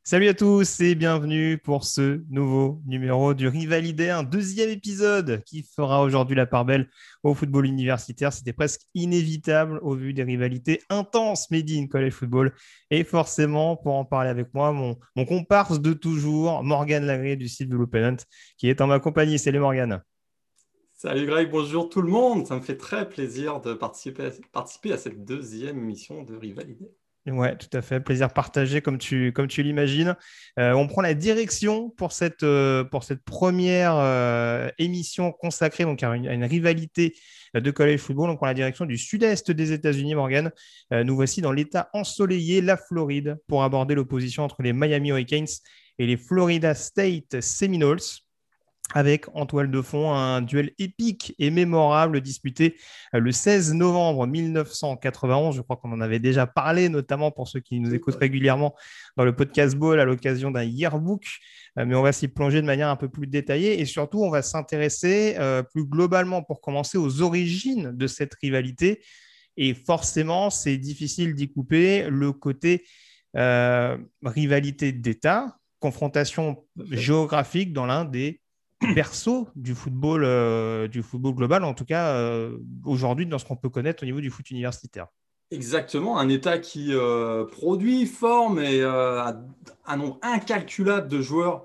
Salut à tous et bienvenue pour ce nouveau numéro du Rivalité, un deuxième épisode qui fera aujourd'hui la part belle au football universitaire. C'était presque inévitable au vu des rivalités intenses made in college football. Et forcément, pour en parler avec moi, mon comparse de toujours, Morgane Lagré du site de l'Open Hunt, qui est en ma compagnie. Salut Morgane. Salut Greg, bonjour tout le monde. Ça me fait très plaisir de participer à cette deuxième émission de Rivalité. Ouais, tout à fait. Plaisir partagé comme tu l'imagines. On prend la direction pour cette première émission consacrée donc, à une rivalité de college football. Donc, on prend la direction du sud-est des États-Unis, Morgan. Nous voici dans l'État ensoleillé, la Floride, pour aborder l'opposition entre les Miami Hurricanes et les Florida State Seminoles avec en toile de fond un duel épique et mémorable disputé le 16 novembre 1991. Je crois qu'on en avait déjà parlé, notamment pour ceux qui nous Tout écoutent à fait. régulièrement dans le podcast Ball à l'occasion d'un yearbook. Mais on va s'y plonger de manière un peu plus détaillée et surtout, on va s'intéresser plus globalement pour commencer aux origines de cette rivalité. Et forcément, c'est difficile d'y couper le côté rivalité d'État, confrontation Tout à fait. géographique dans l'un des berceau du football global, en tout cas aujourd'hui dans ce qu'on peut connaître au niveau du foot universitaire. Exactement, un État qui produit, forme et a un nombre incalculable de joueurs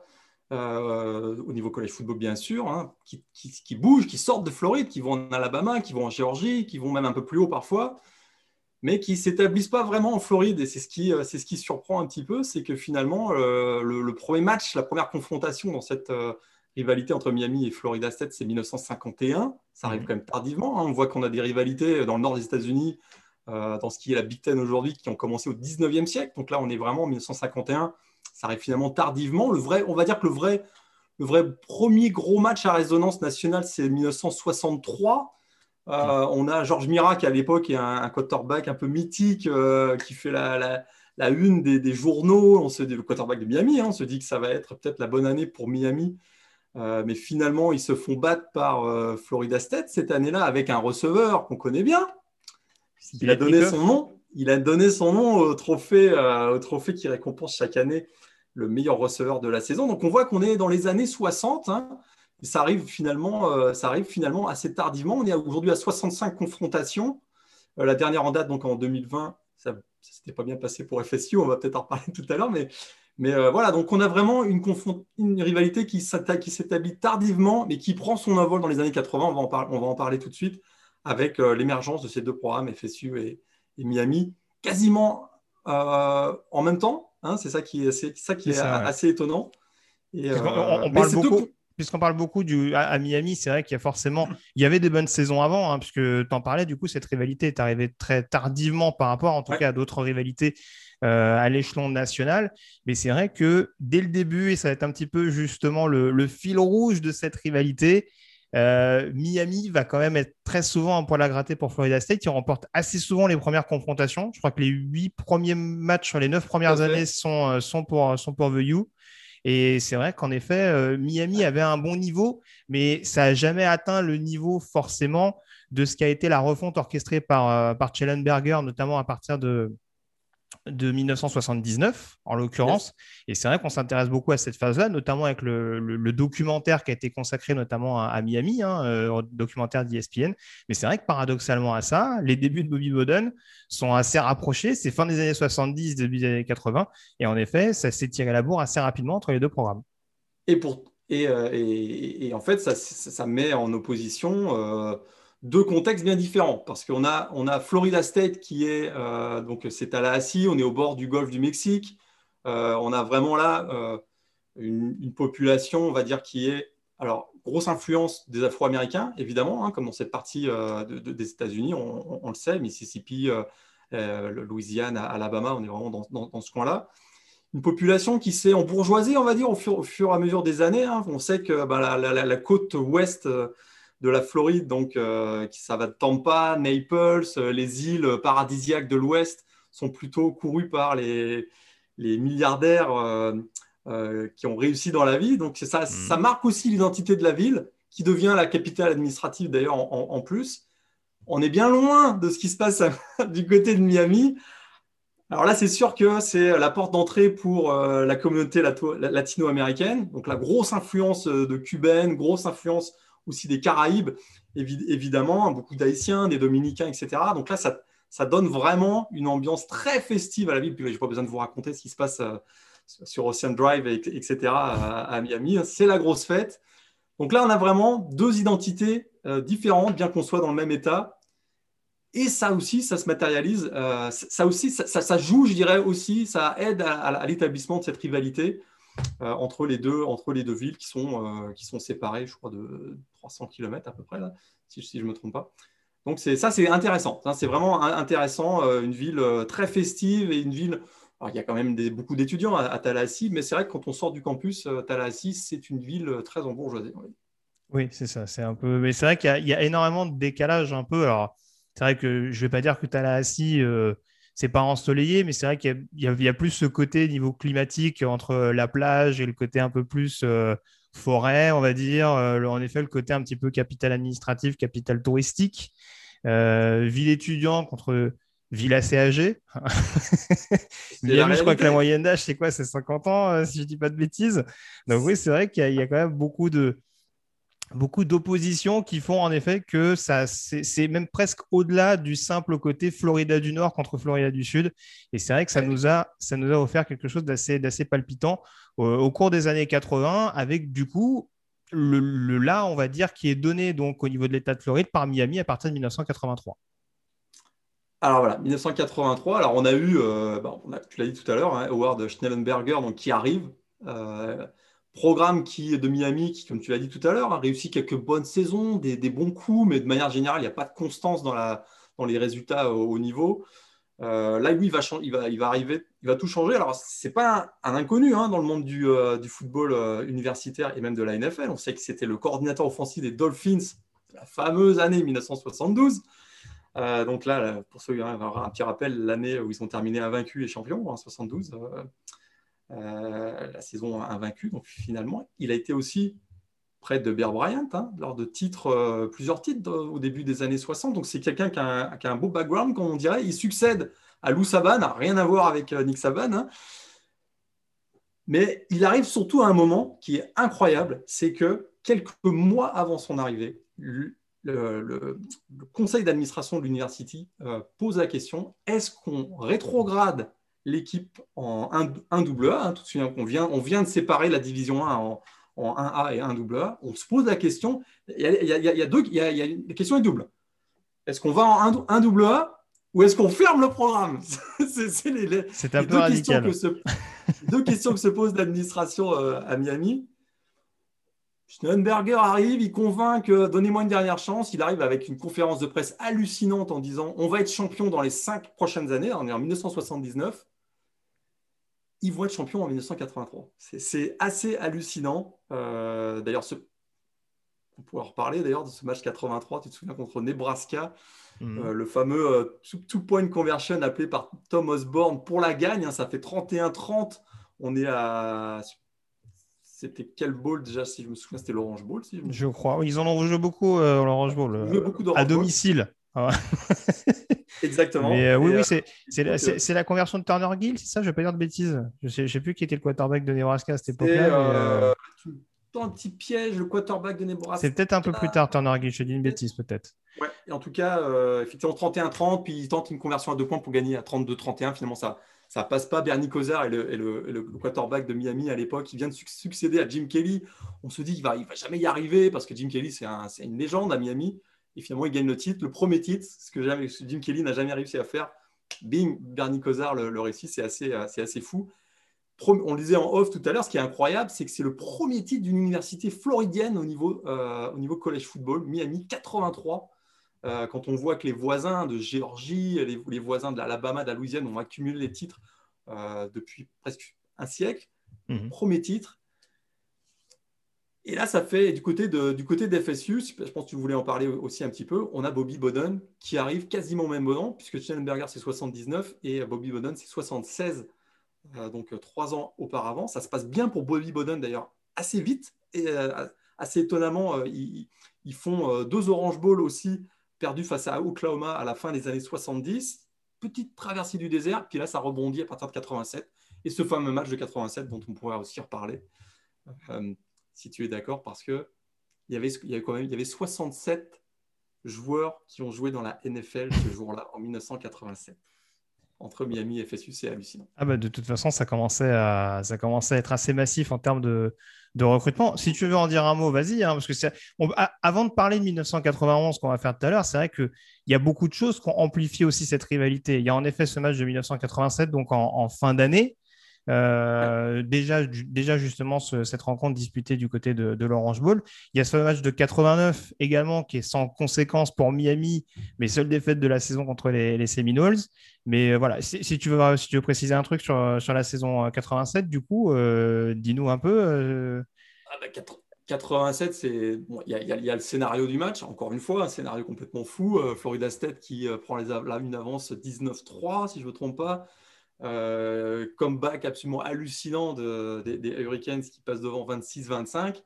au niveau college football, bien sûr, hein, qui bougent, qui sortent de Floride, qui vont en Alabama, qui vont en Géorgie, qui vont même un peu plus haut parfois, mais qui ne s'établissent pas vraiment en Floride. Et c'est ce qui surprend un petit peu, c'est que finalement, le premier match, la première confrontation dans cette rivalité entre Miami et Florida State, c'est 1951. Ça arrive Mhm. quand même tardivement, hein. On voit qu'on a des rivalités dans le nord des États-Unis, dans ce qui est la Big Ten aujourd'hui, qui ont commencé au 19e siècle. Donc là, on est vraiment en 1951. Ça arrive finalement tardivement. On va dire que le vrai premier gros match à résonance nationale, c'est 1963. On a Georges Mirac à l'époque, et un quarterback un peu mythique qui fait la une des journaux. On se dit, le quarterback de Miami, hein, on se dit que ça va être peut-être la bonne année pour Miami. Mais finalement, ils se font battre par Florida State cette année-là avec un receveur qu'on connaît bien, puisqu'il a donné son Biletnikoff. nom. Il a donné son nom au trophée qui récompense chaque année le meilleur receveur de la saison. Donc on voit qu'on est dans les années 60, hein. Ça arrive finalement assez tardivement. On est aujourd'hui à 65 confrontations. La dernière en date, donc en 2020, ça ne s'était pas bien passé pour FSU. On va peut-être en reparler tout à l'heure. Mais voilà, donc on a vraiment une rivalité qui s'établit tardivement, mais qui prend son envol dans les années 80. On va en parler tout de suite avec l'émergence de ces deux programmes, FSU et Miami, quasiment en même temps, hein. C'est ça qui C'est est ça, ouais. assez étonnant. Puisqu'on Mais parle c'est deux. beaucoup, puisqu'on parle beaucoup à Miami, c'est vrai qu'il y a forcément, il y avait des bonnes saisons avant, hein, puisque tu en parlais, du coup, cette rivalité est arrivée très tardivement par rapport, en tout Ouais, cas, à d'autres rivalités à l'échelon national. Mais c'est vrai que dès le début, et ça va être un petit peu justement le fil rouge de cette rivalité, Miami va quand même être très souvent un poil à gratter pour Florida State, qui remporte assez souvent les premières confrontations. Je crois que les 8 premiers matchs sur les 9 tout à premières années fait. sont pour The U. Et c'est vrai qu'en effet, Miami Ouais. avait un bon niveau, mais ça n'a jamais atteint le niveau forcément de ce qu'a été la refonte orchestrée par Schellenberger, notamment à partir de 1979, en Yes. l'occurrence. Et c'est vrai qu'on s'intéresse beaucoup à cette phase-là, notamment avec le documentaire qui a été consacré notamment à Miami, hein, documentaire d'ESPN. Mais c'est vrai que paradoxalement à ça, les débuts de Bobby Bowden sont assez rapprochés. C'est fin des années 70, début des années 80. Et en effet, ça s'est tiré la bourre assez rapidement entre les deux programmes. Et en fait, ça met en opposition deux contextes bien différents. Parce qu'on a Florida State qui est, donc c'est à la Tallahassee, on est au bord du golfe du Mexique. On a vraiment là une population, on va dire, qui est, alors, grosse influence des Afro-Américains, évidemment, hein, comme dans cette partie des États-Unis, on le sait, Mississippi, le Louisiane, Alabama, on est vraiment dans ce coin-là. Une population qui s'est embourgeoisée, on va dire, au fur et à mesure des années, hein. On sait que bah, la côte ouest de la Floride, donc ça va de Tampa, Naples, les îles paradisiaques de l'ouest sont plutôt courues par les milliardaires qui ont réussi dans la vie. Donc ça Mhm. marque aussi l'identité de la ville, qui devient la capitale administrative d'ailleurs en plus. On est bien loin de ce qui se passe du côté de Miami, Alors là, c'est sûr que c'est la porte d'entrée pour la communauté latino-américaine. Donc la grosse influence de cubaine, grosse influence aussi des Caraïbes, évidemment, beaucoup d'Haïtiens, des Dominicains, etc. Donc là, ça donne vraiment une ambiance très festive à la ville. Puis je n'ai pas besoin de vous raconter ce qui se passe sur Ocean Drive, etc. à Miami. C'est la grosse fête. Donc là, on a vraiment deux identités différentes, bien qu'on soit dans le même État. Et ça aussi, ça se matérialise. Ça aussi, ça joue, je dirais aussi, ça aide à l'établissement de cette rivalité entre les deux villes qui sont séparées, je crois, de 300 km à peu près, là, si je ne me trompe pas. Donc ça, c'est intéressant. C'est vraiment intéressant. Une ville très festive et une ville. Alors, il y a quand même beaucoup d'étudiants à Tallahassee, mais c'est vrai que quand on sort du campus, Tallahassee, c'est une ville très embourgeoisée. Oui. Oui, c'est ça. C'est un peu. Mais c'est vrai qu'il y a énormément de décalage un peu. Alors, c'est vrai que je vais pas dire que Tallahassee, c'est pas ensoleillé, mais c'est vrai qu'il y a plus ce côté niveau climatique entre la plage et le côté un peu plus forêt, on va dire. En effet, le côté un petit peu capitale administrative, capitale touristique, ville étudiante contre ville assez âgée. C'est la Miami, je crois que la réalité. moyenne d'âge, c'est quoi? C'est 50 ans, si je dis pas de bêtises. Donc oui, c'est vrai qu'il y a quand même beaucoup d'oppositions qui font en effet que c'est même presque au-delà du simple côté Florida du Nord contre Florida du Sud. Et c'est vrai que Ouais. ça nous a offert quelque chose d'assez palpitant au cours des années 80, avec du coup là, on va dire, qui est donné donc au niveau de l'État de Floride par Miami à partir de 1983. Alors voilà, 1983. Alors on a eu, tu l'as dit tout à l'heure, hein, Howard Schnellenberger donc, qui arrive. Euh, Programme de Miami qui, comme tu l'as dit tout à l'heure, a réussi quelques bonnes saisons, des bons coups, mais de manière générale, il n'y a pas de constance dans les résultats au haut niveau. Là, lui, il va arriver, il va tout changer. Alors, c'est pas un inconnu hein, dans le monde du football universitaire et même de la NFL. On sait que c'était le coordinateur offensif des Dolphins, la fameuse année 1972. Donc là, pour ceux qui ont un petit rappel, l'année où ils ont terminé invaincus et champions, en 72, la saison invaincue. Donc finalement, il a été aussi près de Bear Bryant, hein, lors de plusieurs titres au début des années 60. Donc c'est quelqu'un qui a un beau background, comme on dirait. Il succède à Lou Saban, rien à voir avec Nick Saban, hein. Mais il arrive surtout à un moment qui est incroyable, c'est que quelques mois avant son arrivée, le conseil d'administration de l'université pose la question, est-ce qu'on rétrograde l'équipe en 1AA, hein, tout de suite, on vient de séparer la division 1 en 1A et 1AA, on se pose la question, la question est double. Est-ce qu'on va en 1AA ou est-ce qu'on ferme le programme? C'est C'est un les peu radical. deux questions que se pose l'administration à Miami. Schnellenberger arrive, il convainc que donnez-moi une dernière chance. Il arrive avec une conférence de presse hallucinante en disant on va être champion dans les 5 prochaines années. On est en 1979. Ils vont être champions en 1983. C'est assez hallucinant. D'ailleurs, on pourrait en reparler d'ailleurs de ce match 83, tu te souviens, contre Nebraska. Mhm. Le fameux two-point conversion appelé par Tom Osborne pour la gagne. Hein, ça fait 31-30. On est à. C'était quel bowl déjà? Si je me souviens, c'était l'Orange Bowl. Si je me Je souviens. crois. Ils en ont joué beaucoup, l'Orange Bowl, Ils jouaient beaucoup à d'Orange Bowl. domicile. Ah ouais. Mais Exactement. oui, Et oui, donc, c'est la conversion de Turner Gill, c'est ça? Je ne vais pas dire de bêtises. Je ne sais plus qui était le quarterback de Nebraska à cette c'est époque-là, mais tu me tends un petit piège, le quarterback de c'est Nebraska. peut-être un peu plus tard, Turner Gill. Je te dis une bêtise, peut-être. Ouais. Et en tout cas, effectivement, 31-30, puis il tente une conversion à 2 points pour gagner à 32-31. Finalement, ça passe pas. Bernie Kosar et le quarterback de Miami à l'époque, il vient de succéder à Jim Kelly. On se dit qu'il va jamais y arriver parce que Jim Kelly, c'est une légende à Miami. Et finalement, il gagne le titre, le premier titre, ce que Jim Kelly n'a jamais réussi à faire. Bing, Bernie Kosar le réussit, c'est assez fou. On le disait en off tout à l'heure, ce qui est incroyable, c'est que c'est le premier titre d'une université floridienne au niveau college football, Miami 83. Quand on voit que les voisins de Géorgie, les voisins de l'Alabama, de la Louisiane ont accumulé les titres depuis presque un siècle. Mhm. Premier titre. Et là, ça fait du côté d'FSU, je pense que tu voulais en parler aussi un petit peu, on a Bobby Bowden qui arrive quasiment au même moment, puisque Schellenberger c'est 79 et Bobby Bowden c'est 76, donc 3 ans auparavant. Ça se passe bien pour Bobby Bowden d'ailleurs, assez vite et assez étonnamment, ils font 2 Orange Bowl aussi perdus face à Oklahoma à la fin des années 70. petite traversée du désert, puis là, ça rebondit à partir de 87. Et ce fameux match de 87 dont on pourrait aussi reparler, si tu es d'accord, parce qu'il y avait 67 joueurs qui ont joué dans la NFL ce jour-là, en 1987. Entre Miami et FSU, c'est hallucinant. Ah bah de toute façon, ça commençait à être assez massif en termes de recrutement. Si tu veux en dire un mot, vas-y, hein, parce que avant de parler de 1991 qu'on va faire tout à l'heure, c'est vrai qu'il y a beaucoup de choses qui ont amplifié aussi cette rivalité. Il y a en effet ce match de 1987, donc en fin d'année. Déjà justement, cette rencontre disputée du côté de l'Orange Bowl. Il y a ce match de 89 également qui est sans conséquence pour Miami, mais seule défaite de la saison contre les Seminoles. Mais voilà, si tu veux préciser un truc sur la saison 87, du coup, dis-nous un peu. 87, c'est bon, il y a le scénario du match, encore une fois, un scénario complètement fou. Florida State qui prend une avance 19-3, si je ne me trompe pas. Comeback absolument hallucinant des Hurricanes qui passent devant 26-25.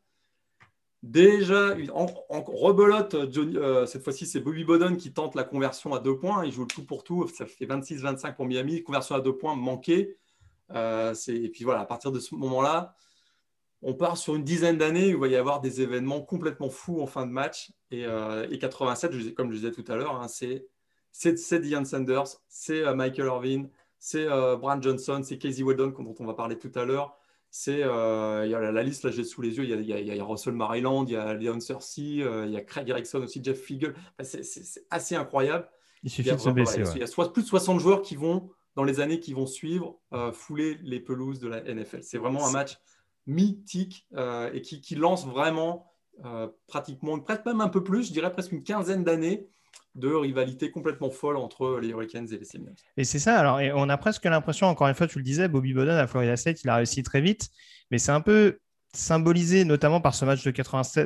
Déjà, en rebelote, cette fois-ci, c'est Bobby Bowden qui tente la conversion à 2 points. Il joue le tout pour tout. Ça fait 26-25 pour Miami. Conversion à 2 points manquée. Et puis voilà, à partir de ce moment-là, on part sur une dizaine d'années où il va y avoir des événements complètement fous en fin de match. Et 87, comme je disais tout à l'heure, hein, c'est Deion Sanders, c'est Michael Irvin, c'est Brian Johnson, c'est Casey Weldon, dont on va parler tout à l'heure. Il y a la liste, là j'ai sous les yeux, il y a Russell Maryland, il y a Leon Searcy, il y a Craig Erickson aussi, Jeff Figel. Enfin, c'est assez incroyable. Il suffit de se baisser. Il y a plus de 60 joueurs qui vont, dans les années qui vont suivre, fouler les pelouses de la NFL. C'est vraiment un match mythique et qui lance vraiment pratiquement, presque même un peu plus, je dirais presque une quinzaine d'années de rivalité complètement folle entre les Hurricanes et les Seminoles. Et c'est ça, alors, et on a presque l'impression, encore une fois, tu le disais, Bobby Bowden à Florida State, il a réussi très vite, mais c'est un peu symbolisé notamment par ce match de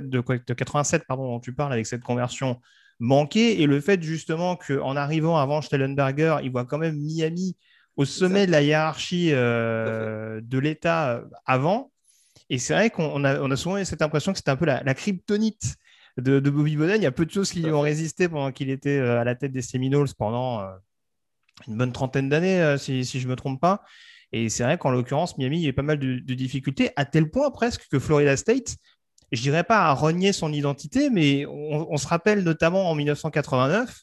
87 pardon, dont tu parles, avec cette conversion manquée, et le fait justement qu'en arrivant avant Stellenberger, il voit quand même Miami au sommet de la hiérarchie de l'État avant. Et c'est vrai qu'on a souvent eu cette impression que c'était un peu la kryptonite de Bobby Bowden. Il y a peu de choses qui lui ont résisté pendant qu'il était à la tête des Seminoles pendant une bonne trentaine d'années, si je ne me trompe pas. Et c'est vrai qu'en l'occurrence, Miami, il y a eu pas mal de difficultés, à tel point presque que Florida State, je dirais pas à renier son identité, mais on se rappelle notamment en 1989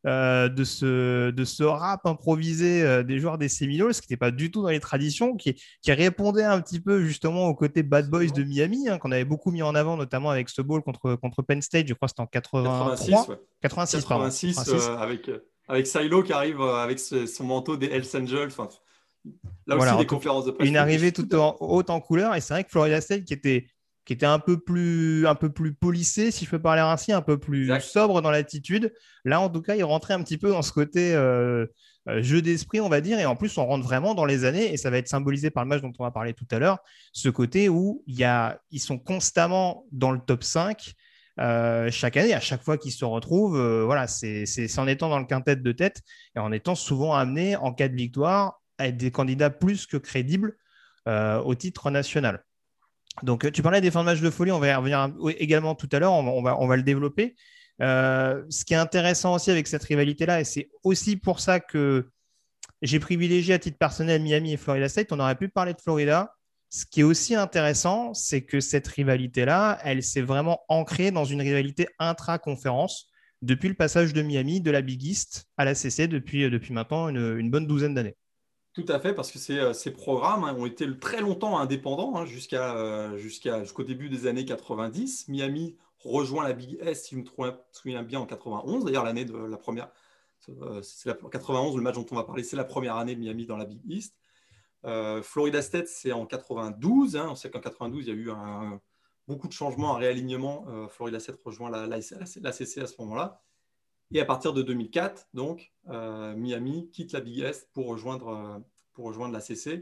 de ce rap improvisé des joueurs des Seminoles, qui n'était pas du tout dans les traditions, qui répondait un petit peu justement au côté bad boys de Miami, hein, qu'on avait beaucoup mis en avant, notamment avec ce ball contre Penn State, je crois que c'était en 83. 86, pardon. 86. Avec Silo qui arrive avec son manteau des Hells Angels. Enfin, là aussi, voilà, des conférences de presse. Une arrivée toute haute en couleur. Et c'est vrai que Florida State, qui était un peu plus polissé, si je peux parler ainsi, un peu plus sobre dans l'attitude. Là, en tout cas, il rentrait un petit peu dans ce côté jeu d'esprit, on va dire. Et en plus, on rentre vraiment dans les années, et ça va être symbolisé par le match dont on va parler tout à l'heure, ce côté où ils sont constamment dans le top 5 chaque année, à chaque fois qu'ils se retrouvent. Voilà, c'est en étant dans le quintet de tête et en étant souvent amenés, en cas de victoire, à être des candidats plus que crédibles au titre national. Donc, tu parlais des fins de match de folie, on va y revenir également tout à l'heure, on va le développer. Ce qui est intéressant aussi avec cette rivalité-là, et c'est aussi pour ça que j'ai privilégié à titre personnel Miami et Florida State, on aurait pu parler de Florida. Ce qui est aussi intéressant, c'est que cette rivalité-là, elle s'est vraiment ancrée dans une rivalité intra-conférence depuis le passage de Miami, de la Big East à la CC depuis maintenant une bonne douzaine d'années. Tout à fait, parce que ces programmes ont été très longtemps indépendants, jusqu'au début des années 90. Miami rejoint la Big East, si je me souviens bien, en 91. D'ailleurs, l'année de la première, c'est la 91, le match dont on va parler, c'est la première année de Miami dans la Big East. Florida State, c'est en 92. On sait qu'en 92, il y a eu beaucoup de changements, un réalignement. Florida State rejoint la CC à ce moment-là. Et à partir de 2004, donc, Miami quitte la Big East pour rejoindre la CC.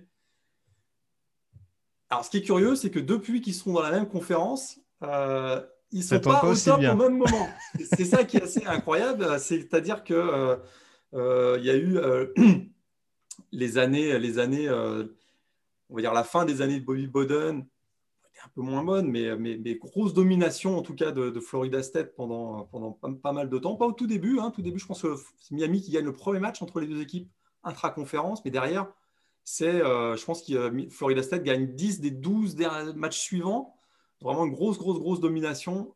Alors, ce qui est curieux, c'est que depuis qu'ils seront dans la même conférence, ils ne sont pas au top au même moment. C'est ça qui est assez incroyable. C'est-à-dire qu'il y a eu les années, on va dire la fin des années de Bobby Bowden, était un peu moins bonne, mais grosse domination en tout cas de Florida State pendant pas mal de temps. Pas au tout début. Tout début, je pense que c'est Miami qui gagne le premier match entre les deux équipes intra-conférence, mais derrière, je pense que Florida State gagne 10 des 12 matchs suivants. Vraiment une grosse domination.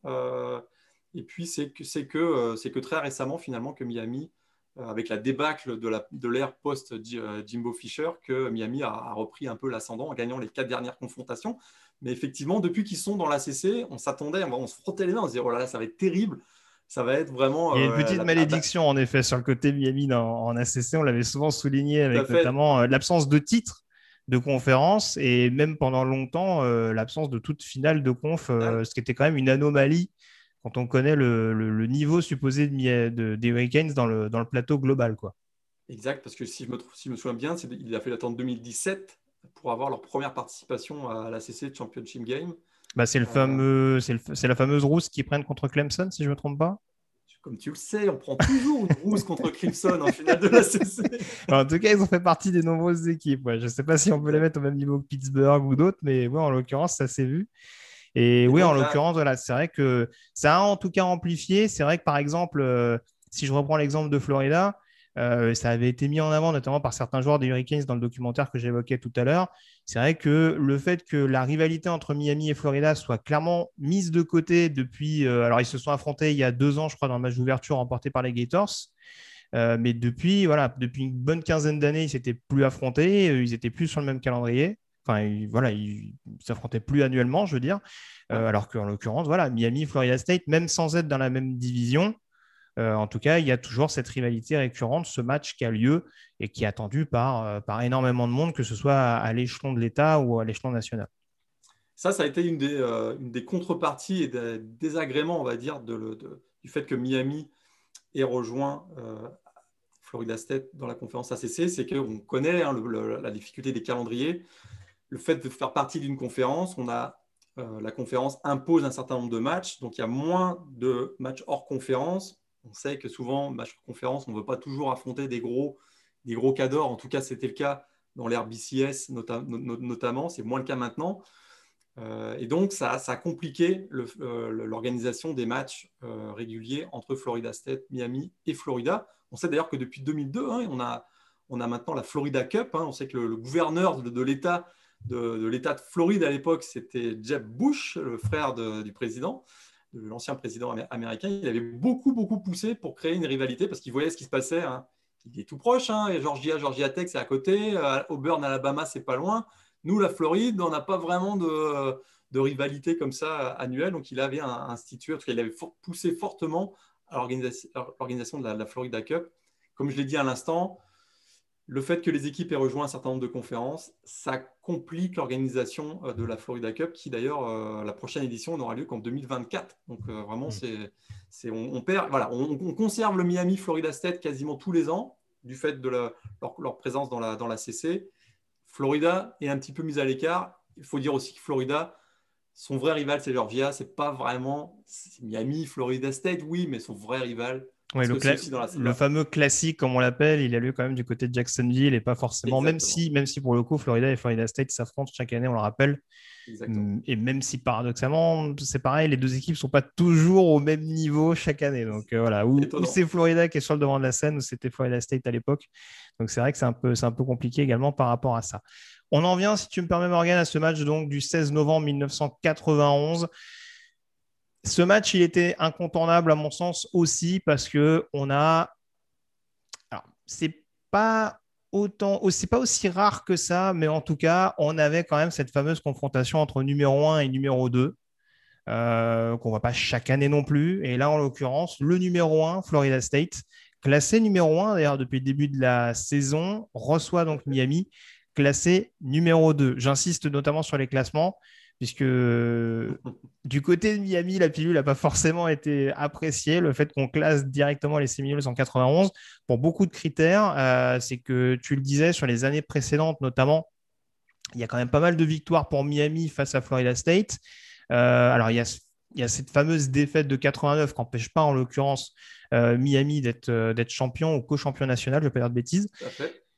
Et puis, c'est que très récemment, finalement, que Miami, avec la débâcle de l'ère post-Jimbo Fisher, que Miami a repris un peu l'ascendant en gagnant les 4 dernières confrontations. Mais effectivement, depuis qu'ils sont dans l'ACC, on s'attendait, on se frottait les mains, on se disait, oh là là, ça va être terrible. Ça va être vraiment. Il y a une petite malédiction, en effet, sur le côté Miami en ACC. On l'avait souvent souligné tout à avec fait. notamment l'absence de titres de conférence et même pendant longtemps, l'absence de toute finale de conf, ce qui était quand même une anomalie quand on connaît le niveau supposé des Hurricanes dans le plateau global, quoi. Exact, parce que si je me souviens bien, il a fait l'attente 2017 pour avoir leur première participation à l'ACC Championship Game. Bah, c'est la fameuse rousse qu'ils prennent contre Clemson, si je ne me trompe pas. Comme tu le sais, on prend toujours une rousse contre Clemson en finale de l'ACC. En tout cas, ils ont fait partie des nombreuses équipes. Ouais. Je ne sais pas si on peut les mettre au même niveau que Pittsburgh ou d'autres, mais ouais, en l'occurrence, ça s'est vu. Et oui, en l'occurrence, voilà, c'est vrai que ça a en tout cas amplifié. C'est vrai que par exemple, si je reprends l'exemple de Florida, ça avait été mis en avant notamment par certains joueurs des Hurricanes dans le documentaire que j'évoquais tout à l'heure. C'est vrai que le fait que la rivalité entre Miami et Florida soit clairement mise de côté depuis. Alors, ils se sont affrontés il y a 2 ans, je crois, dans le match d'ouverture remporté par les Gators. Mais depuis une bonne quinzaine d'années, ils ne s'étaient plus affrontés. Ils n'étaient plus sur le même calendrier. Enfin, ils s'affrontaient plus annuellement, je veux dire. Alors qu'en l'occurrence, voilà, Miami, Florida State, même sans être dans la même division, en tout cas, il y a toujours cette rivalité récurrente, ce match qui a lieu et qui est attendu par énormément de monde, que ce soit à l'échelon de l'État ou à l'échelon national. Ça a été une des contreparties et des désagréments, on va dire, du fait que Miami ait rejoint Florida State dans la conférence ACC, c'est qu'on connaît la difficulté des calendriers. Le fait de faire partie d'une conférence, la conférence impose un certain nombre de matchs, donc il y a moins de matchs hors conférence. On sait que souvent, match hors conférence, on ne veut pas toujours affronter des gros cadors. En tout cas, c'était le cas dans l'ère BCS notamment. C'est moins le cas maintenant. Et donc, ça a compliqué l'organisation des matchs réguliers entre Florida State, Miami et Florida. On sait d'ailleurs que depuis 2002, on a maintenant la Florida Cup. On sait que le gouverneur de l'État de l'État de Floride à l'époque, c'était Jeb Bush, le frère du président, de l'ancien président américain. Il avait beaucoup poussé pour créer une rivalité parce qu'il voyait ce qui se passait. Il est tout proche. Et Georgia Tech, c'est à côté. Auburn, Alabama, c'est pas loin. Nous, la Floride, on n'a pas vraiment de rivalité comme ça annuelle. Donc, il avait institué, parce qu'il avait poussé fortement à l'organisation de la Florida Cup. Comme je l'ai dit à l'instant, le fait que les équipes aient rejoint un certain nombre de conférences, ça complique l'organisation de la Florida Cup, qui d'ailleurs, la prochaine édition n'aura lieu qu'en 2024. Donc vraiment, on perd. Voilà, on conserve le Miami Florida State quasiment tous les ans, du fait de leur présence dans la CC. Florida est un petit peu mise à l'écart. Il faut dire aussi que Florida, son vrai rival, c'est Georgia. C'est pas vraiment Miami, Florida State, oui, mais son vrai rival. Oui, le fameux classique, comme on l'appelle, il a lieu quand même du côté de Jacksonville et pas forcément, même si pour le coup, Florida et Florida State s'affrontent chaque année, on le rappelle. Exactement. Et même si paradoxalement, c'est pareil, les deux équipes ne sont pas toujours au même niveau chaque année. Donc voilà, où c'est Florida qui est sur le devant de la scène, ou c'était Florida State à l'époque. Donc c'est vrai que c'est un peu compliqué également par rapport à ça. On en vient, si tu me permets, Morgane, à ce match donc, du 16 novembre 1991. Ce match, il était incontournable à mon sens aussi parce que c'est pas aussi rare que ça, mais en tout cas, on avait quand même cette fameuse confrontation entre numéro 1 et numéro 2, qu'on ne voit pas chaque année non plus. Et là, en l'occurrence, le numéro 1, Florida State, classé numéro 1 d'ailleurs depuis le début de la saison, reçoit donc Miami, classé numéro 2. J'insiste notamment sur les classements, puisque du côté de Miami, la pilule n'a pas forcément été appréciée. Le fait qu'on classe directement les Seminoles en 91, pour beaucoup de critères, c'est que tu le disais, sur les années précédentes notamment, il y a quand même pas mal de victoires pour Miami face à Florida State. Alors, il y a cette fameuse défaite de 89 qui n'empêche pas, en l'occurrence, Miami d'être champion ou co-champion national, je ne vais pas dire de bêtises.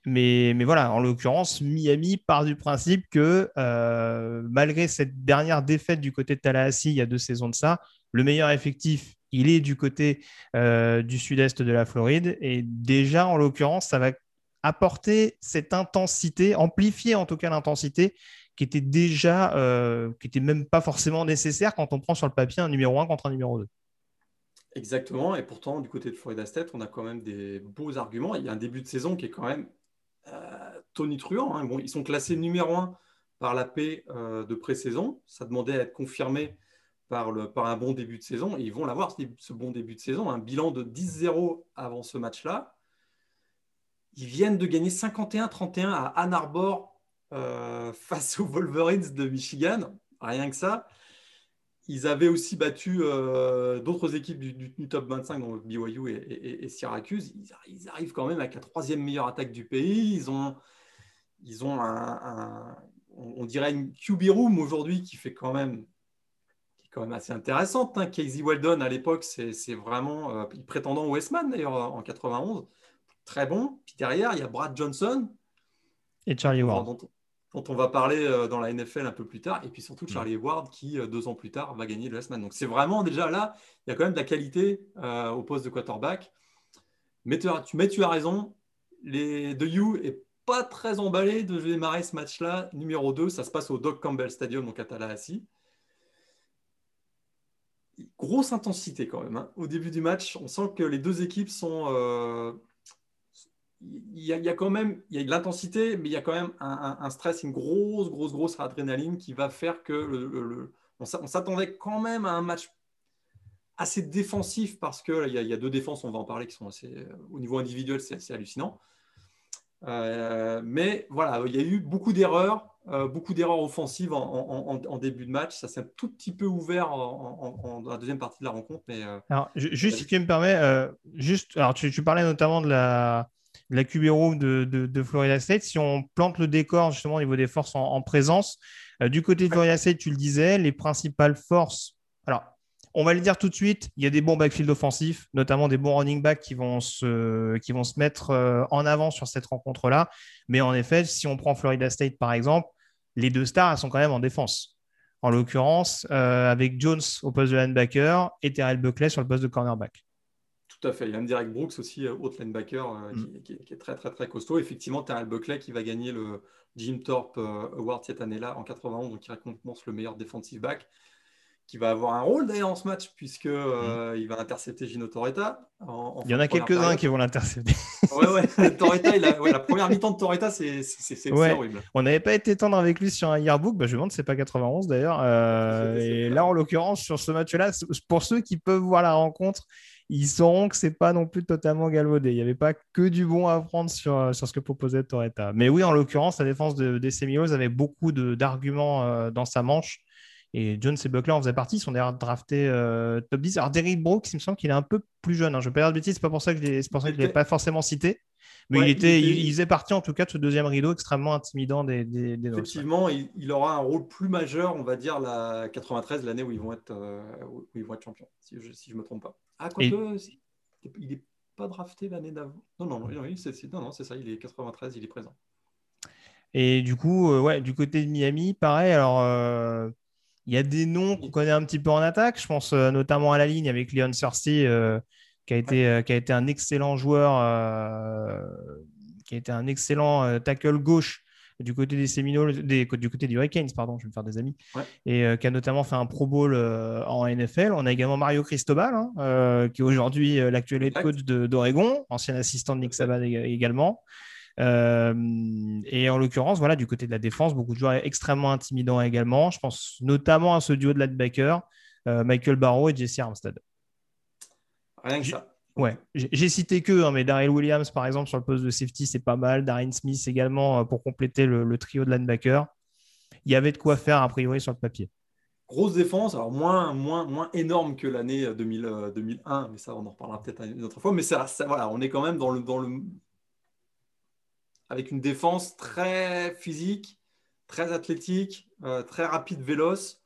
Mais voilà, en l'occurrence, Miami part du principe que malgré cette dernière défaite du côté de Tallahassee il y a 2 saisons de ça, le meilleur effectif, il est du côté du sud-est de la Floride. Et déjà, en l'occurrence, ça va apporter cette intensité, amplifier en tout cas l'intensité qui était déjà, qui était même pas forcément nécessaire quand on prend sur le papier un numéro un contre un numéro 2. Exactement. Et pourtant, du côté de Florida State, on a quand même des beaux arguments. Il y a un début de saison qui est quand même tonitruant, hein. Bon, ils sont classés numéro un par la paix de pré-saison. Ça demandait à être confirmé par un bon début de saison. Et ils vont l'avoir, ce bon début de saison. Un bilan de 10-0 avant ce match-là. Ils viennent de gagner 51-31 à Ann Arbor face aux Wolverines de Michigan. Rien que ça. Ils avaient aussi battu d'autres équipes du top 25, donc BYU et Syracuse. Ils arrivent quand même avec la troisième meilleure attaque du pays. Ils ont on dirait une QB room aujourd'hui qui est quand même assez intéressante, hein. Casey Weldon à l'époque, c'est vraiment prétendant au Westman d'ailleurs en 91, très bon. Puis derrière, il y a Brad Johnson, Et Charlie Ward. dont on va parler dans la NFL un peu plus tard, et puis surtout Mm. Charlie Ward qui 2 ans plus tard va gagner le Westman. Donc c'est vraiment déjà là, il y a quand même de la qualité au poste de quarterback. Mais tu as raison, de You est pas très emballé de démarrer ce match-là. Numéro 2, ça se passe au Doug Campbell Stadium, donc à Tallahassee. Grosse intensité quand même, hein. Au début du match, on sent que les deux équipes sont. Il y a quand même il y a de l'intensité, mais il y a quand même un stress, une grosse adrénaline qui va faire que on s'attendait quand même à un match assez défensif parce que il y a deux défenses, on va en parler, qui sont assez, au niveau individuel, c'est assez hallucinant. Mais voilà, il y a eu beaucoup d'erreurs offensives en début de match. Ça s'est un tout petit peu ouvert dans la deuxième partie de la rencontre. Mais Alors, juste si tu me permets, alors tu parlais notamment de la QB room de Florida State. Si on plante le décor justement au niveau des forces en présence, du côté de ouais, Florida State, tu le disais, les principales forces. Alors, on va le dire tout de suite, il y a des bons backfields offensifs, notamment des bons running backs qui vont se mettre en avant sur cette rencontre-là. Mais en effet, si on prend Florida State par exemple, les deux stars, elles sont quand même en défense. En l'occurrence, avec Jones au poste de linebacker et Terrell Buckley sur le poste de cornerback. tout à fait. Il y a même Derek Brooks aussi, autre linebacker, Mm. qui est très costaud. Effectivement, Terrell Buckley qui va gagner le Jim Thorpe Award cette année-là en 91, donc qui récompense le meilleur defensive back, qui va avoir un rôle d'ailleurs en ce match, puisque Mm. il va intercepter Gino Torretta en Il y fin en de a première quelques-uns qui période. vont l'intercepter. Ouais. Torretta, la première mi-temps de Torretta, c'est Ouais, horrible. on n'avait pas été tendre avec lui sur un yearbook. Bah, je me demande, c'est pas 91 d'ailleurs. C'est Et là, clair. en l'occurrence, sur ce match-là, pour ceux qui peuvent voir la rencontre, ils sauront que c'est pas non plus totalement galvaudé. Il n'y avait pas que du bon à prendre sur ce que proposait Torretta. Mais oui, en l'occurrence, la défense des Seminoles avait beaucoup d'arguments dans sa manche. Et Jones et Buckley en faisaient partie. Ils sont d'ailleurs draftés top 10. Alors, Derrick Brooks, il me semble qu'il est un peu plus jeune, hein. Je ne vais pas dire de bêtises, c'est pas pour ça que c'est pour ça que je ne l'ai pas forcément cité. Mais Ouais, il faisait partie en tout cas de ce deuxième rideau extrêmement intimidant des Noles. Ouais. effectivement, il aura un rôle plus majeur, on va dire, la 93, l'année où ils vont être champions, si je me trompe pas. Ah, Et, quoique, il n'est pas drafté l'année d'avant. Non, oui, non, c'est ça, il est 93, il est présent. et du coup, ouais, du côté de Miami, pareil. Alors, il y a des noms qu'on connaît un petit peu en attaque. Je pense notamment à la ligne avec Leon Searcy, Ouais, qui a été un excellent joueur, qui a été un excellent tackle gauche du côté des Seminoles, du côté des Hurricanes, pardon, je vais me faire des amis, ouais, et qui a notamment fait un Pro Bowl en NFL. On a également Mario Cristobal, hein, qui est aujourd'hui l'actuel head exact, coach d'Oregon, ancien assistant de tout à Nick fait. Saban également. Et en l'occurrence, voilà, du côté de la défense, beaucoup de joueurs extrêmement intimidants également. Je pense notamment à ce duo de linebackers, Michael Barrow et Jesse Armstead. Rien que J'ai ça. ouais, j'ai cité que, hein, mais Daryl Williams, par exemple, sur le poste de safety, c'est pas mal. Darren Smith également pour compléter le trio de linebackers. Il y avait de quoi faire, a priori, sur le papier. Grosse défense, alors moins énorme que l'année 2001, mais ça, on en reparlera peut-être une autre fois. Mais voilà, on est quand même avec une défense très physique, très athlétique, très rapide, véloce.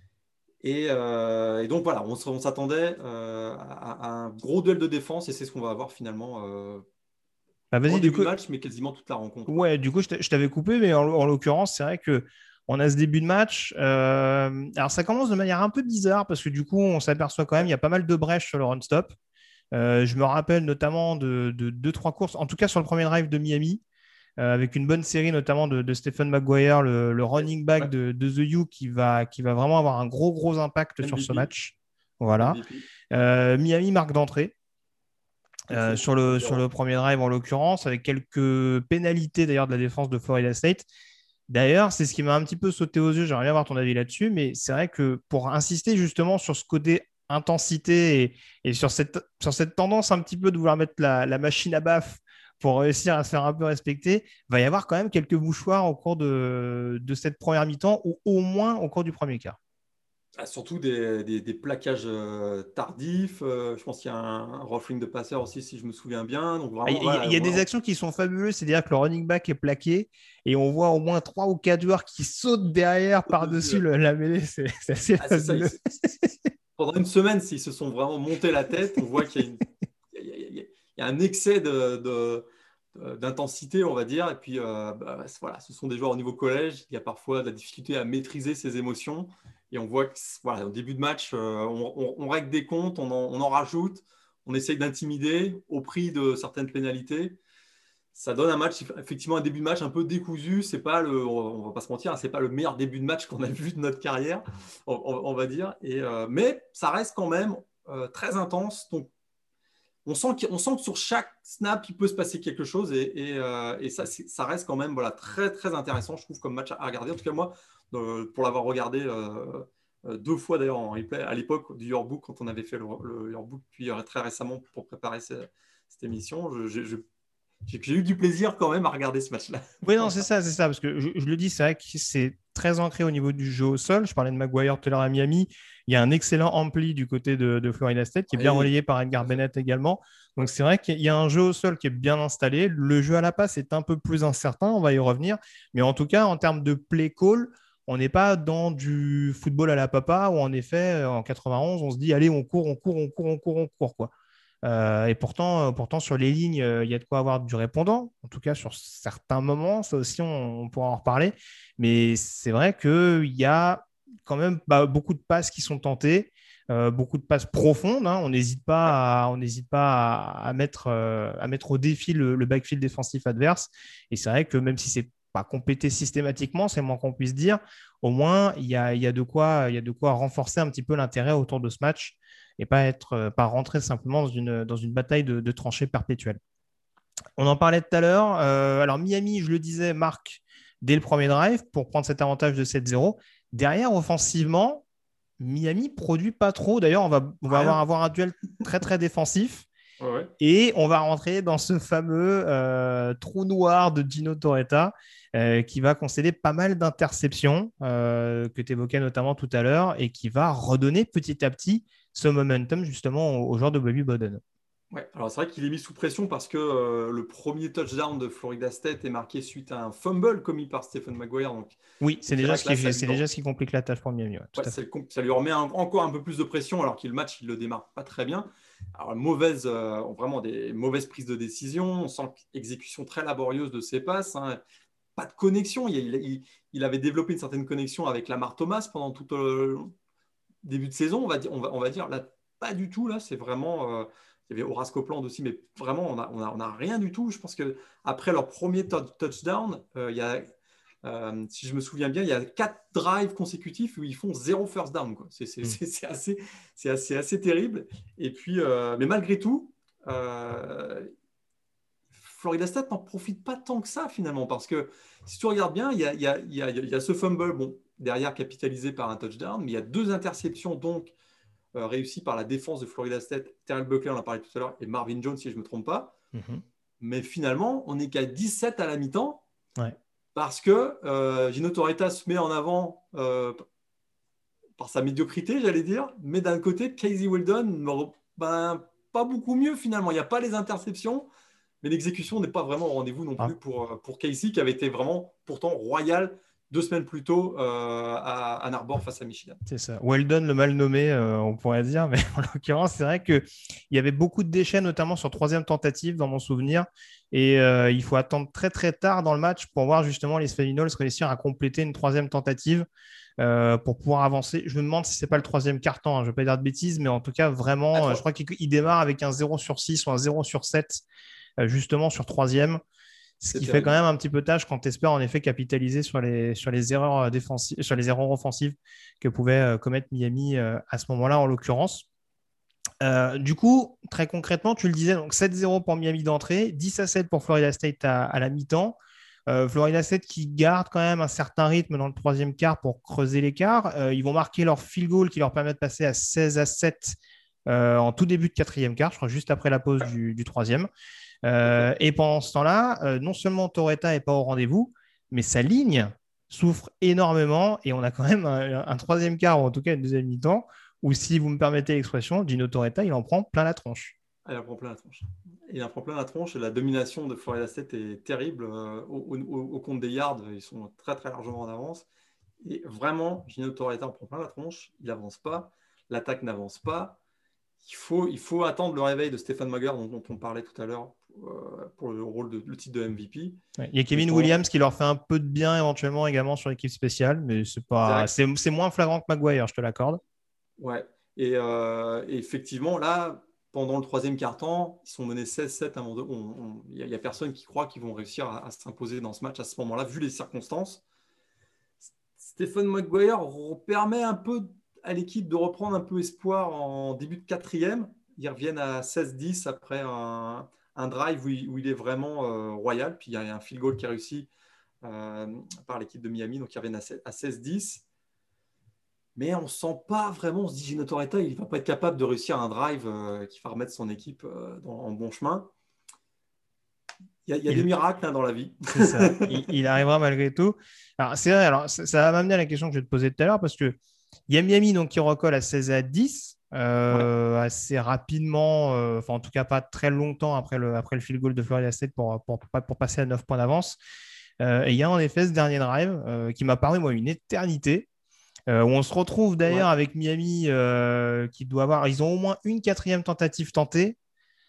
Et donc voilà, on s'attendait à un gros duel de défense et c'est ce qu'on va avoir finalement Bah, En vas-y, du début coup. de match, mais quasiment toute la rencontre. Ouais. Ouais, du coup, je t'avais coupé, mais en l'occurrence, c'est vrai que on a ce début de match. Alors, ça commence de manière un peu bizarre parce que du coup, on s'aperçoit quand même il y a pas mal de brèches sur le run-stop. Je me rappelle notamment de deux, trois courses, en tout cas sur le premier drive de Miami, avec une bonne série notamment de Stephen Maguire, le running back Ouais. de The U, qui va vraiment avoir un gros impact sur ce MVP. match. Voilà. MVP. Ouais. Miami marque d'entrée. Excellent. Sur le 1-0. premier drive en l'occurrence, avec quelques pénalités d'ailleurs de la défense de Florida State. D'ailleurs, c'est ce qui m'a un petit peu sauté aux yeux, j'aimerais bien avoir ton avis là-dessus, mais c'est vrai que pour insister justement sur ce côté intensité et sur cette tendance un petit peu de vouloir mettre la machine à baffe pour réussir à se faire un peu respecter, va y avoir quand même quelques mouchoirs au cours de cette première mi-temps ou au moins au cours du premier quart. Ah, surtout des plaquages tardifs. Je pense qu'il y a un ruffling de passeur aussi, si je me souviens bien. Donc Il vraiment, y, voilà, y a des actions qui sont fabuleuses, c'est-à-dire que le running back est plaqué et on voit au moins 3 ou 4 joueurs qui sautent derrière dessus, par-dessus là. la mêlée. C'est assez Ah, c'est ça. fabuleux. Pendant une semaine, s'ils se sont vraiment monté la tête, on voit qu'il y a, il y a un excès d'intensité, on va dire. Et puis, voilà, ce sont des joueurs au niveau collège. Il y a parfois de la difficulté à maîtriser ses émotions. Et on voit que, voilà, au début de match, on règle des comptes, on en rajoute, on essaye d'intimider au prix de certaines pénalités. Ça donne un match, effectivement, un début de match un peu décousu. C'est pas on va pas se mentir, hein, c'est pas le meilleur début de match qu'on a vu de notre carrière, on va dire. Mais ça reste quand même très intense. Donc, on sent que sur chaque snap, il peut se passer quelque chose et ça, ça reste quand même voilà, très, très intéressant, je trouve, comme match à regarder. En tout cas, moi, pour l'avoir regardé 2 fois d'ailleurs en replay à l'époque du Yearbook, quand on avait fait le Yearbook, puis très récemment pour préparer cette émission, j'ai eu du plaisir quand même à regarder ce match-là. Oui, non, c'est ça, parce que je le dis, c'est vrai que c'est très ancré au niveau du jeu au sol. Je parlais de Maguire tout à l'heure à Miami. Il y a un excellent ampli du côté de Florida State qui est bien Oui, relayé par tout Edgar à fait. Bennett également. Ouais. Donc c'est vrai qu'il y a un jeu au sol qui est bien installé. Le jeu à la passe est un peu plus incertain, on va y revenir. Mais en tout cas, en termes de play call, on n'est pas dans du football à la papa où en effet, en 91, on se dit, allez, on court, quoi. Et pourtant, sur les lignes, il y a de quoi avoir du répondant. En tout cas, sur certains moments, ça aussi, on pourra en reparler. Mais c'est vrai qu'il y a quand même beaucoup de passes qui sont tentées, beaucoup de passes profondes, hein. Ouais. On n'hésite pas à mettre au défi le backfield défensif adverse. Et c'est vrai que même si c'est pas complété systématiquement, c'est le moins qu'on puisse dire, au moins, il y a de quoi renforcer un petit peu l'intérêt autour de ce match et pas rentrer simplement dans une bataille de tranchées perpétuelles. On en parlait tout à l'heure. Alors, Miami, je le disais, marque dès le premier drive pour prendre cet avantage de 7-0. Derrière, offensivement, Miami produit pas trop. D'ailleurs, on va Rien. avoir un duel très, très défensif. Ouais, ouais. Et on va rentrer dans ce fameux trou noir de Gino Torretta qui va concéder pas mal d'interceptions que tu évoquais notamment tout à l'heure et qui va redonner petit à petit ce momentum justement au joueur de Bobby Bowden. Ouais, alors c'est vrai qu'il est mis sous pression parce que le premier touchdown de Florida State est marqué suite à un fumble commis par Stephen Maguire. Oui, Donc c'est vrai que là, c'est déjà ce qui complique la tâche pour Miami. Ouais, tout ouais, à fait. ça lui remet encore un peu plus de pression alors que le match, il le démarre pas très bien. Alors, vraiment des mauvaises prises de décision. On sent l'exécution très laborieuse de ses passes, hein. Pas de connexion. Il avait développé une certaine connexion avec Lamar Thomas pendant tout le début de saison, on va dire. Là, pas du tout. Là, c'est vraiment. Il y avait Horace Copeland aussi, mais vraiment, on a rien du tout. Je pense que après leur premier touchdown, il y a, si je me souviens bien, il y a 4 drives consécutifs où ils font 0 first down, quoi. Mm. Assez terrible. Et puis, mais malgré tout, euh, Florida State n'en profite pas tant que ça finalement, parce que si tu regardes bien, il y a ce fumble, bon, derrière capitalisé par un touchdown, mais il y a 2 interceptions donc réussies par la défense de Florida State. Terrell Buckley, on en a parlé tout à l'heure, et Marvin Jones, si je ne me trompe pas. Mhm. Mais finalement, on n'est qu'à 17 à la mi-temps, Ouais. parce que Gino Torretta se met en avant par sa médiocrité, j'allais dire, mais d'un côté, Casey Weldon, ben, pas beaucoup mieux finalement. Il n'y a pas les interceptions, mais l'exécution n'est pas vraiment au rendez-vous non plus Ah, pour Casey, qui avait été vraiment pourtant royal 2 semaines plus tôt à Ann Arbor face à Michigan. c'est ça. Weldon, le mal nommé, on pourrait dire, mais en l'occurrence, c'est vrai qu'il y avait beaucoup de déchets, notamment sur troisième tentative, dans mon souvenir. Et il faut attendre très très tard dans le match pour voir justement les Seminoles réussir à compléter une troisième tentative pour pouvoir avancer. Je me demande si c'est pas le troisième quart-temps, hein, je ne vais pas dire de bêtises, mais en tout cas vraiment, je crois qu'il démarre avec un 0 sur 6 ou un 0 sur 7 justement sur troisième. Ce C'est qui fait quand terrible. même un petit peu tâche quand tu espères en effet capitaliser sur les erreurs défensives, sur les erreurs offensives que pouvait commettre Miami à ce moment-là en l'occurrence. Du coup, très concrètement, tu le disais, donc 7-0 pour Miami d'entrée, 10-7 pour Florida State à la mi-temps. Florida State qui garde quand même un certain rythme dans le troisième quart pour creuser l'écart. Ils vont marquer leur field goal qui leur permet de passer à 16-7 en tout début de quatrième quart, je crois juste après la pause du troisième. Et pendant ce temps-là, non seulement Torreta n'est pas au rendez-vous, mais sa ligne souffre énormément et on a quand même un troisième quart, ou en tout cas une deuxième mi-temps, où si vous me permettez l'expression, Gino Torreta, il en prend plein la tronche. Il en prend plein la tronche. Il en prend plein la tronche et la domination de Florida State est terrible. Au compte des yards, ils sont très très largement en avance. Et vraiment, Gino Torreta en prend plein la tronche. Il n'avance pas. L'attaque n'avance pas. Il faut attendre le réveil de Stephen Maguire dont on parlait tout à l'heure pour le titre de MVP. Ouais. Il y a Kevin Williams qui leur fait un peu de bien éventuellement également sur l'équipe spéciale, mais c'est moins flagrant que Maguire, je te l'accorde. Ouais. Et effectivement, là, pendant le troisième quart-temps, ils sont menés 16-7 à un moment donné. Il n'y a personne qui croit qu'ils vont réussir à s'imposer dans ce match à ce moment-là, vu les circonstances. Stephen Maguire permet un peu à l'équipe de reprendre un peu espoir en début de quatrième. Ils reviennent à 16-10 après un drive où il est vraiment royal. Puis il y a un field goal qui est réussi par l'équipe de Miami, donc ils reviennent à 16-10. Mais on ne sent pas vraiment, on se dit Gino Torreta, il ne va pas être capable de réussir un drive qui va remettre son équipe en bon chemin. Il y a des miracles dans la vie. C'est ça, il arrivera malgré tout. Alors, c'est vrai, alors, ça va m'amener à la question que je vais te poser tout à l'heure, parce qu'il y a Miami donc, qui recolle à 16-10, assez rapidement, enfin en tout cas pas très longtemps après le field goal de Florida State pour passer à 9 points d'avance. Et il y a en effet ce dernier drive qui m'a paru moi, une éternité. Où on se retrouve d'ailleurs avec Miami qui doit avoir, ils ont au moins une quatrième tentative tentée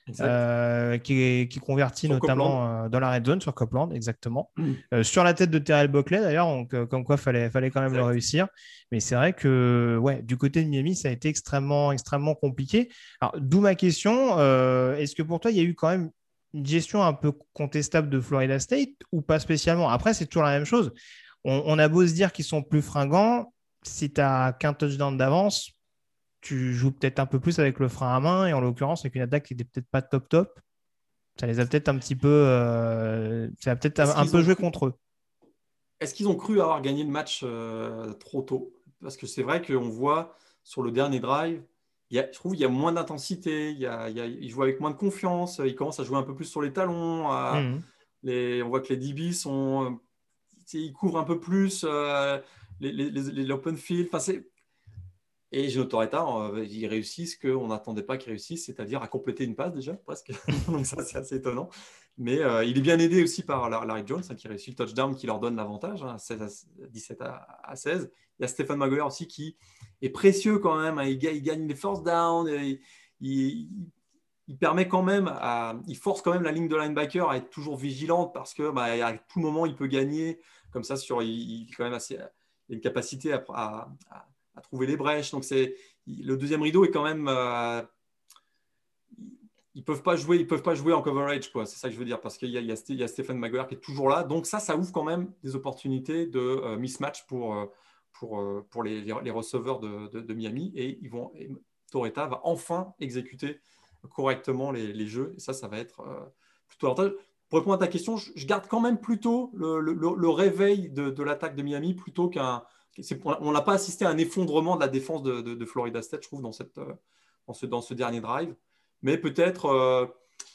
qui convertit sur notamment dans la red zone sur Copeland, exactement. Sur la tête de Terrell Buckley d'ailleurs, donc comme quoi fallait quand même le réussir. Mais c'est vrai que ouais, du côté de Miami, ça a été extrêmement, extrêmement compliqué. Alors, d'où ma question, est-ce que pour toi, il y a eu quand même une gestion un peu contestable de Florida State ou pas spécialement? Après, c'est toujours la même chose. On a beau se dire qu'ils sont plus fringants, si tu n'as qu'un touchdown d'avance, tu joues peut-être un peu plus avec le frein à main. Et en l'occurrence, avec une attaque qui n'était peut-être pas top, ça les a peut-être un petit peu. Ça a peut-être un peu joué contre eux. Est-ce qu'ils ont cru avoir gagné le match trop tôt? Parce que c'est vrai qu'on voit sur le dernier drive, je trouve qu'il y a moins d'intensité, ils jouent avec moins de confiance, ils commencent à jouer un peu plus sur les talons. On voit que les DB ils couvrent un peu plus l'open field. Et Gino Torreta, ils réussissent ce qu'on n'attendait pas qu'ils réussissent, c'est-à-dire à compléter une passe déjà, presque. Donc ça, c'est assez étonnant. Mais il est bien aidé aussi par Larry Jones, qui réussit le touchdown qui leur donne l'avantage, 17 à 16. Il y a Stephen Maguire aussi qui est précieux quand même. Il gagne les first down. Il permet quand même, il force quand même la ligne de linebacker à être toujours vigilante parce que à tout moment, il peut gagner. Comme ça, il est quand même il a une capacité à trouver les brèches. Donc le deuxième rideau est quand même ils peuvent pas jouer en coverage, quoi. C'est ça que je veux dire, parce qu'il y a Stephen Maguire qui est toujours là. Donc ça ouvre quand même des opportunités de mismatch pour les receveurs de Miami, et Torreta va enfin exécuter correctement les jeux, et ça va être plutôt avantageux. Pour répondre à ta question, je garde quand même plutôt le réveil de l'attaque de Miami plutôt qu'un. On n'a pas assisté à un effondrement de la défense de Florida State, je trouve, dans ce dernier drive. Mais peut-être,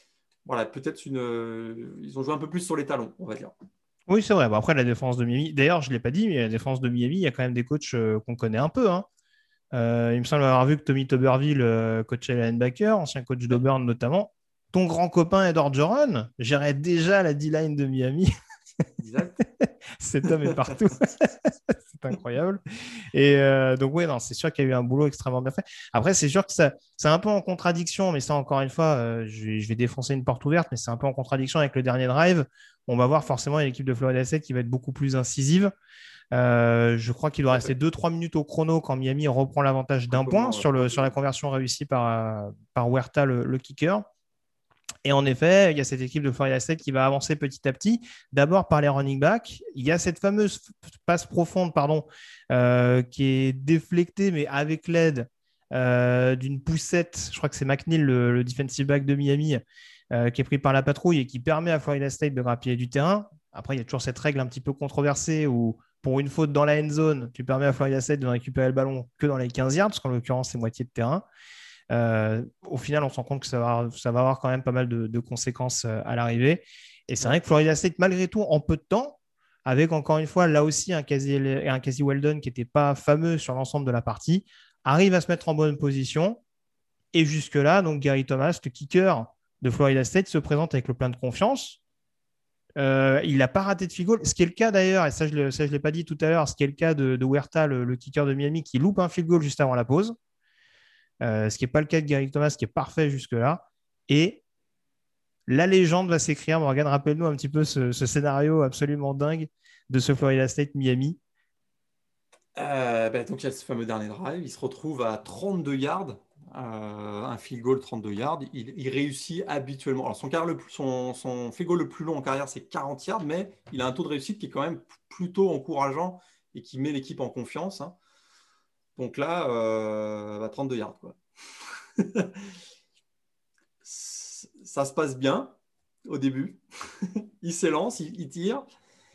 ils ont joué un peu plus sur les talons, on va dire. Oui, c'est vrai. Bon, après, la défense de Miami, d'ailleurs, je ne l'ai pas dit, mais la défense de Miami, il y a quand même des coachs qu'on connaît un peu. Hein. Il me semble avoir vu que Tommy Tuberville coachait la linebacker, ancien coach d'Auburn notamment. Ton grand copain Edward Joran gérait déjà la D-line de Miami. Exact. Cet homme est partout. c'est incroyable. Et donc, oui, non, c'est sûr qu'il y a eu un boulot extrêmement bien fait. Après, c'est sûr que c'est un peu en contradiction, mais ça, encore une fois, je vais défoncer une porte ouverte, mais c'est un peu en contradiction avec le dernier drive. On va voir forcément une équipe de Florida State qui va être beaucoup plus incisive. Je crois qu'il doit Tout à rester fait. 2-3 minutes au chrono quand Miami reprend l'avantage Un d'un peu point moins, ouais, un peu sur la moins. conversion réussie par Huerta, le kicker. Et en effet, il y a cette équipe de Florida State qui va avancer petit à petit, d'abord par les running backs. Il y a cette fameuse passe profonde, pardon, qui est déflectée, mais avec l'aide d'une poussette. Je crois que c'est McNeil, le defensive back de Miami, qui est pris par la patrouille et qui permet à Florida State de grappiller du terrain. Après, il y a toujours cette règle un petit peu controversée où, pour une faute dans la end zone, tu permets à Florida State de récupérer le ballon que dans les 15 yards, parce qu'en l'occurrence, c'est moitié de terrain. Au final, on se rend compte que ça va avoir quand même pas mal de conséquences à l'arrivée. Et c'est Ouais. vrai que Florida State, malgré tout, en peu de temps, avec encore une fois, là aussi, un quasi Weldon qui n'était pas fameux sur l'ensemble de la partie, arrive à se mettre en bonne position. Et jusque-là, donc Gary Thomas, le kicker de Florida State, se présente avec le plein de confiance. Il n'a pas raté de field goal, ce qui est le cas d'ailleurs, et ça je ne l'ai pas dit tout à l'heure, ce qui est le cas de Huerta, le kicker de Miami, qui loupe un field goal juste avant la pause. Ce qui n'est pas le cas de Gary Thomas, qui est parfait jusque-là. Et la légende va s'écrire. Morgan, rappelle-nous un petit peu ce scénario absolument dingue de ce Florida State Miami. Donc il y a ce fameux dernier drive, il se retrouve à 32 yards, un field goal 32 yards, il réussit habituellement. Alors son field goal le plus long en carrière c'est 40 yards, mais il a un taux de réussite qui est quand même plutôt encourageant et qui met l'équipe en confiance, hein. Donc là, 32 yards, quoi. Ça se passe bien au début, il s'élance, il tire,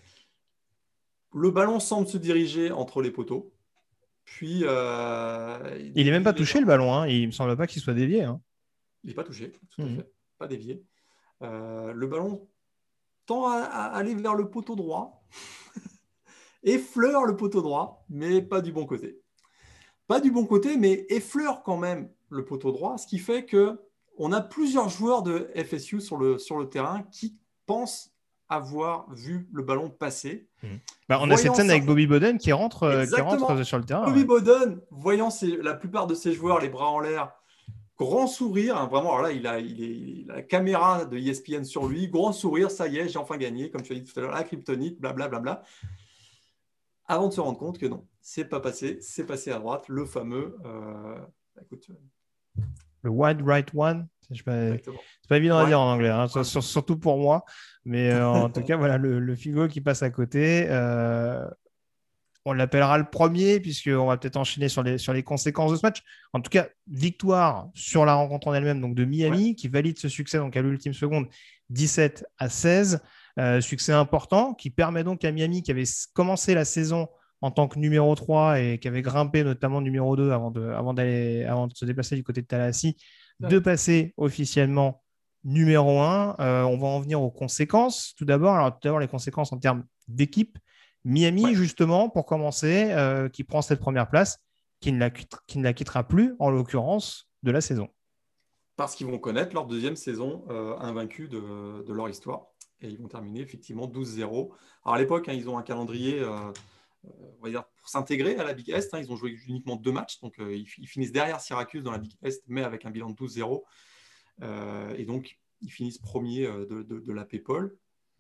le ballon semble se diriger entre les poteaux. Puis, il Il n'est même dévie pas touché le légèrement. ballon. Hein. Il ne me semble pas qu'il soit dévié. Hein. Il n'est pas touché, tout à Mmh. fait. Pas dévié. Le ballon tend à aller vers le poteau droit, effleure le poteau droit, mais pas du bon côté. Pas du bon côté, mais effleure quand même le poteau droit, ce qui fait que on a plusieurs joueurs de FSU sur le terrain qui pensent avoir vu le ballon passer. Mmh. Bah, on a cette Voyant scène avec certains... Bobby Bowden qui rentre Exactement. sur le terrain. Bobby Ouais. Bowden, voyant la plupart de ses joueurs les bras en l'air, grand sourire, hein, vraiment. Alors là, il a la caméra de ESPN sur lui, grand sourire, ça y est, j'ai enfin gagné, comme tu as dit tout à l'heure, la kryptonite, blablabla. Avant de se rendre compte que non, c'est pas passé, c'est passé à droite, le fameux. Écoute, Le wide right one. exactement. C'est pas évident à Ouais. dire en anglais, hein, surtout pour moi. Mais en tout cas, voilà, le field goal qui passe à côté. On l'appellera le premier, puisqu'on va peut-être enchaîner sur les conséquences de ce match. En tout cas, victoire sur la rencontre en elle-même donc de Ouais. Miami, qui valide ce succès donc à l'ultime seconde, 17-16. Succès important qui permet donc à Miami, qui avait commencé la saison en tant que numéro 3 et qui avait grimpé notamment numéro 2 avant de se déplacer du côté de Tallahassee, de passer officiellement numéro 1. On va en venir aux conséquences. Tout d'abord, les conséquences en termes d'équipe. Miami, Ouais. justement, pour commencer, qui prend cette première place, qui ne la quittera plus, en l'occurrence, de la saison. Parce qu'ils vont connaître leur deuxième saison invaincue de leur histoire. Et ils vont terminer effectivement 12-0. Alors à l'époque, hein, ils ont un calendrier, on va dire, pour s'intégrer à la Big East. Hein, ils ont joué uniquement 2 matchs. Donc ils finissent derrière Syracuse dans la Big East, mais avec un bilan de 12-0. Et donc, ils finissent premiers de la PayPal.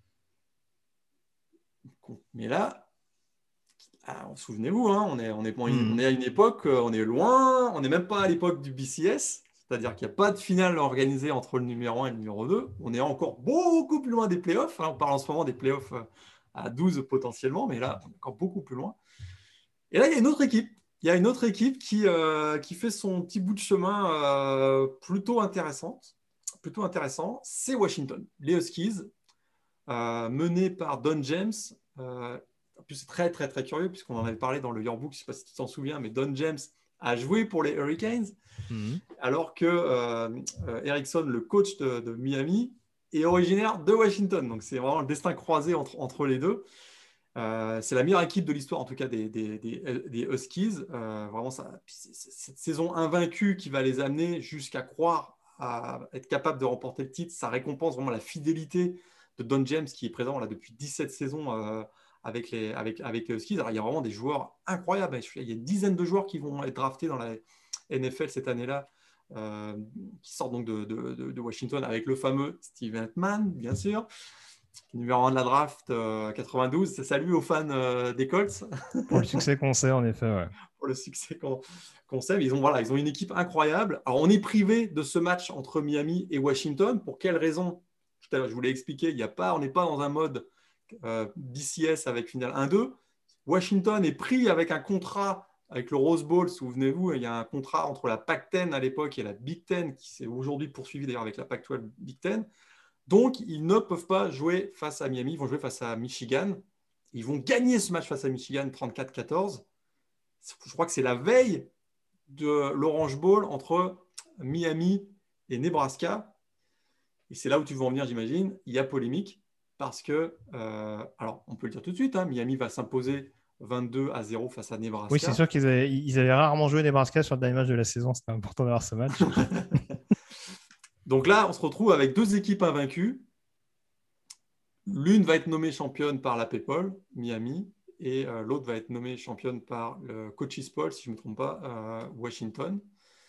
Mais là, souvenez-vous, hein, on est à une époque, on est loin, on n'est même pas à l'époque du BCS, c'est-à-dire qu'il n'y a pas de finale organisée entre le numéro 1 et le numéro 2. On est encore beaucoup plus loin des playoffs, hein. On parle en ce moment des playoffs à 12 potentiellement, mais là, on est encore beaucoup plus loin. Et là, il y a une autre équipe. Il y a une autre équipe qui fait son petit bout de chemin plutôt intéressant. C'est Washington, les Huskies, menés par Don James. En plus, c'est très, très, très curieux, puisqu'on en avait parlé dans le yearbook, je ne sais pas si tu t'en souviens, mais Don James a joué pour les Hurricanes, alors que Erickson, le coach de Miami, est originaire de Washington. Donc, c'est vraiment le destin croisé entre les deux. C'est la meilleure équipe de l'histoire, en tout cas, des Huskies. Vraiment, c'est cette saison invaincue qui va les amener jusqu'à croire à être capable de remporter le titre. Ça récompense vraiment la fidélité de Don James, qui est présent là, depuis 17 saisons avec les Huskies. Alors, il y a vraiment des joueurs incroyables. Il y a une dizaine de joueurs qui vont être draftés dans la NFL cette année-là, qui sortent donc de Washington, avec le fameux Steve Entman, bien sûr, numéro 1 de la draft 92. Salut aux fans des Colts. Pour le succès qu'on sait, en effet, ouais. Pour le succès qu'on sait. Ils ont une équipe incroyable. Alors, on est privé de ce match entre Miami et Washington. Pour quelles raisons? Tout à l'heure, je vous l'ai expliqué. On n'est pas dans un mode BCS avec finale 1-2. Washington est pris avec un contrat avec le Rose Bowl. Souvenez-vous, il y a un contrat entre la Pac-10 à l'époque et la Big Ten qui s'est aujourd'hui poursuivi d'ailleurs avec la Pac-12 Big Ten. Donc, ils ne peuvent pas jouer face à Miami. Ils vont jouer face à Michigan. Ils vont gagner ce match face à Michigan 34-14. Je crois que c'est la veille de l'Orange Bowl entre Miami et Nebraska. Et c'est là où tu veux en venir, j'imagine. Il y a polémique parce que, alors on peut le dire tout de suite, Miami va s'imposer 22-0 face à Nebraska. Oui, c'est sûr qu'ils avaient rarement joué Nebraska sur le dernier match de la saison. C'était important d'avoir ce match. Donc là, on se retrouve avec deux équipes invaincues. L'une va être nommée championne par la PayPal, Miami, et l'autre va être nommée championne par le Coaches Poll, si je ne me trompe pas, Washington.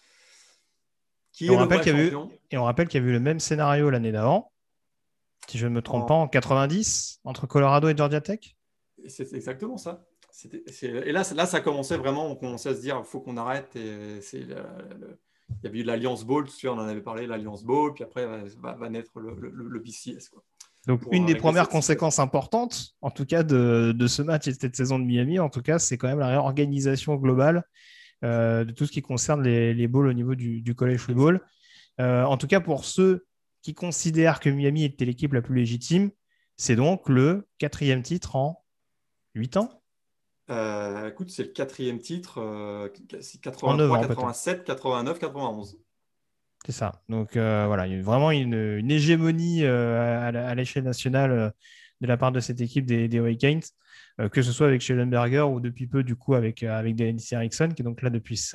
Et on rappelle qu'il y a eu le même scénario l'année d'avant, si je ne me trompe pas, en 90, entre Colorado et Georgia Tech. C'est exactement ça. Et là, ça commençait vraiment, on commençait à se dire, il faut qu'on arrête. Et il y avait eu l'Alliance Bowl, tu sais, on en avait parlé, l'Alliance Bowl, puis après va naître le BCS, quoi. Donc, une des premières conséquences importantes, en tout cas, de ce match et de cette saison de Miami, en tout cas, c'est quand même la réorganisation globale de tout ce qui concerne les bowls au niveau du college football. En tout cas, pour ceux qui considèrent que Miami était l'équipe la plus légitime, c'est donc le 4e titre en 8 ans. Écoute, c'est le 4e titre, 83, 87, 89, 91. C'est ça. Donc voilà, il y a vraiment une hégémonie à l'échelle nationale de la part de cette équipe des Hurricanes, que ce soit avec Schellenberger ou depuis peu du coup avec Dennis Erickson, qui est donc là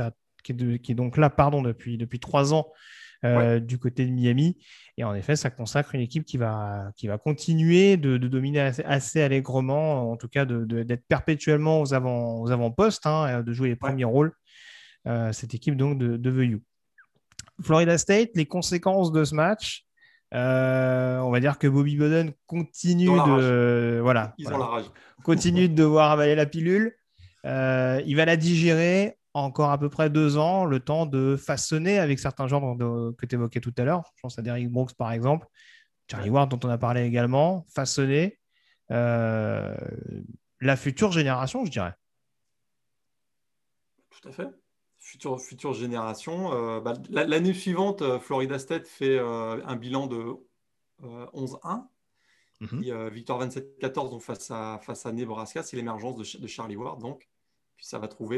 depuis 3 ans du côté de Miami. Et en effet, ça consacre une équipe qui va continuer de dominer assez allègrement, en tout cas d'être perpétuellement aux avant-postes, de jouer les premiers rôles. Cette équipe donc de The U. Florida State, les conséquences de ce match, on va dire que Bobby Bowden continue continue de devoir avaler la pilule. Il va la digérer encore à peu près 2 ans, le temps de façonner avec certains genres que tu évoquais tout à l'heure. Je pense à Derrick Brooks par exemple, Charlie Ward dont on a parlé également, façonner la future génération, je dirais. Tout à fait. Future génération. L'année suivante, Florida State fait un bilan de 11-1. Victoire 27-14 donc face à Nebraska. C'est l'émergence de Charlie Ward. Donc. Puis ça va trouver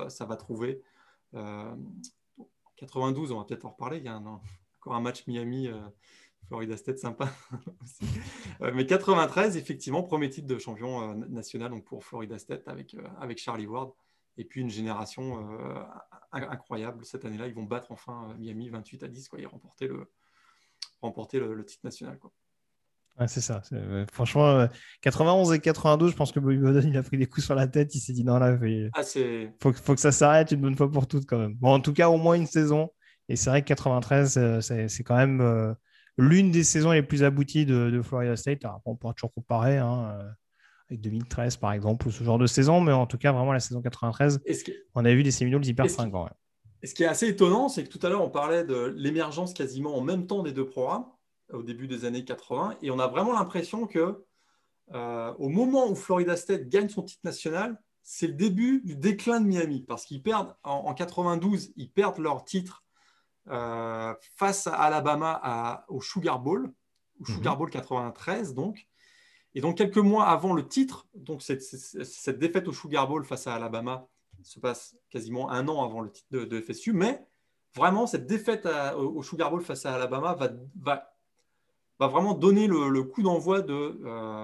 92, on va peut-être en reparler. Il y a encore un match Miami, Florida State sympa aussi. Mais 93, effectivement, premier titre de champion national donc pour Florida State avec Charlie Ward. Et puis une génération incroyable. Cette année-là, ils vont battre enfin Miami 28-10. Quoi. Ils remporter le titre national. Quoi. Ouais, c'est ça. Franchement, 91 et 92, je pense que Bobby Bowden, il a pris des coups sur la tête. Il s'est dit non, là, faut que ça s'arrête une bonne fois pour toutes quand même. Bon, en tout cas, au moins une saison. Et c'est vrai que 93, c'est quand même l'une des saisons les plus abouties de Florida State. Alors, on pourra toujours comparer avec 2013, par exemple, ou ce genre de saison. Mais en tout cas, vraiment, la saison 93, on a vu des Seminoles hyper fringants. Et ce qui est assez étonnant, c'est que tout à l'heure, on parlait de l'émergence quasiment en même temps des deux programmes au début des années 80. Et on a vraiment l'impression que au moment où Florida State gagne son titre national, c'est le début du déclin de Miami. Parce qu'ils perdent en 92, ils perdent leur titre face à Alabama au Sugar Bowl, Sugar Bowl 93 donc. Et donc quelques mois avant le titre, donc cette défaite au Sugar Bowl face à Alabama se passe quasiment 1 an avant le titre de FSU. Mais vraiment, cette défaite au Sugar Bowl face à Alabama va vraiment donner le coup d'envoi de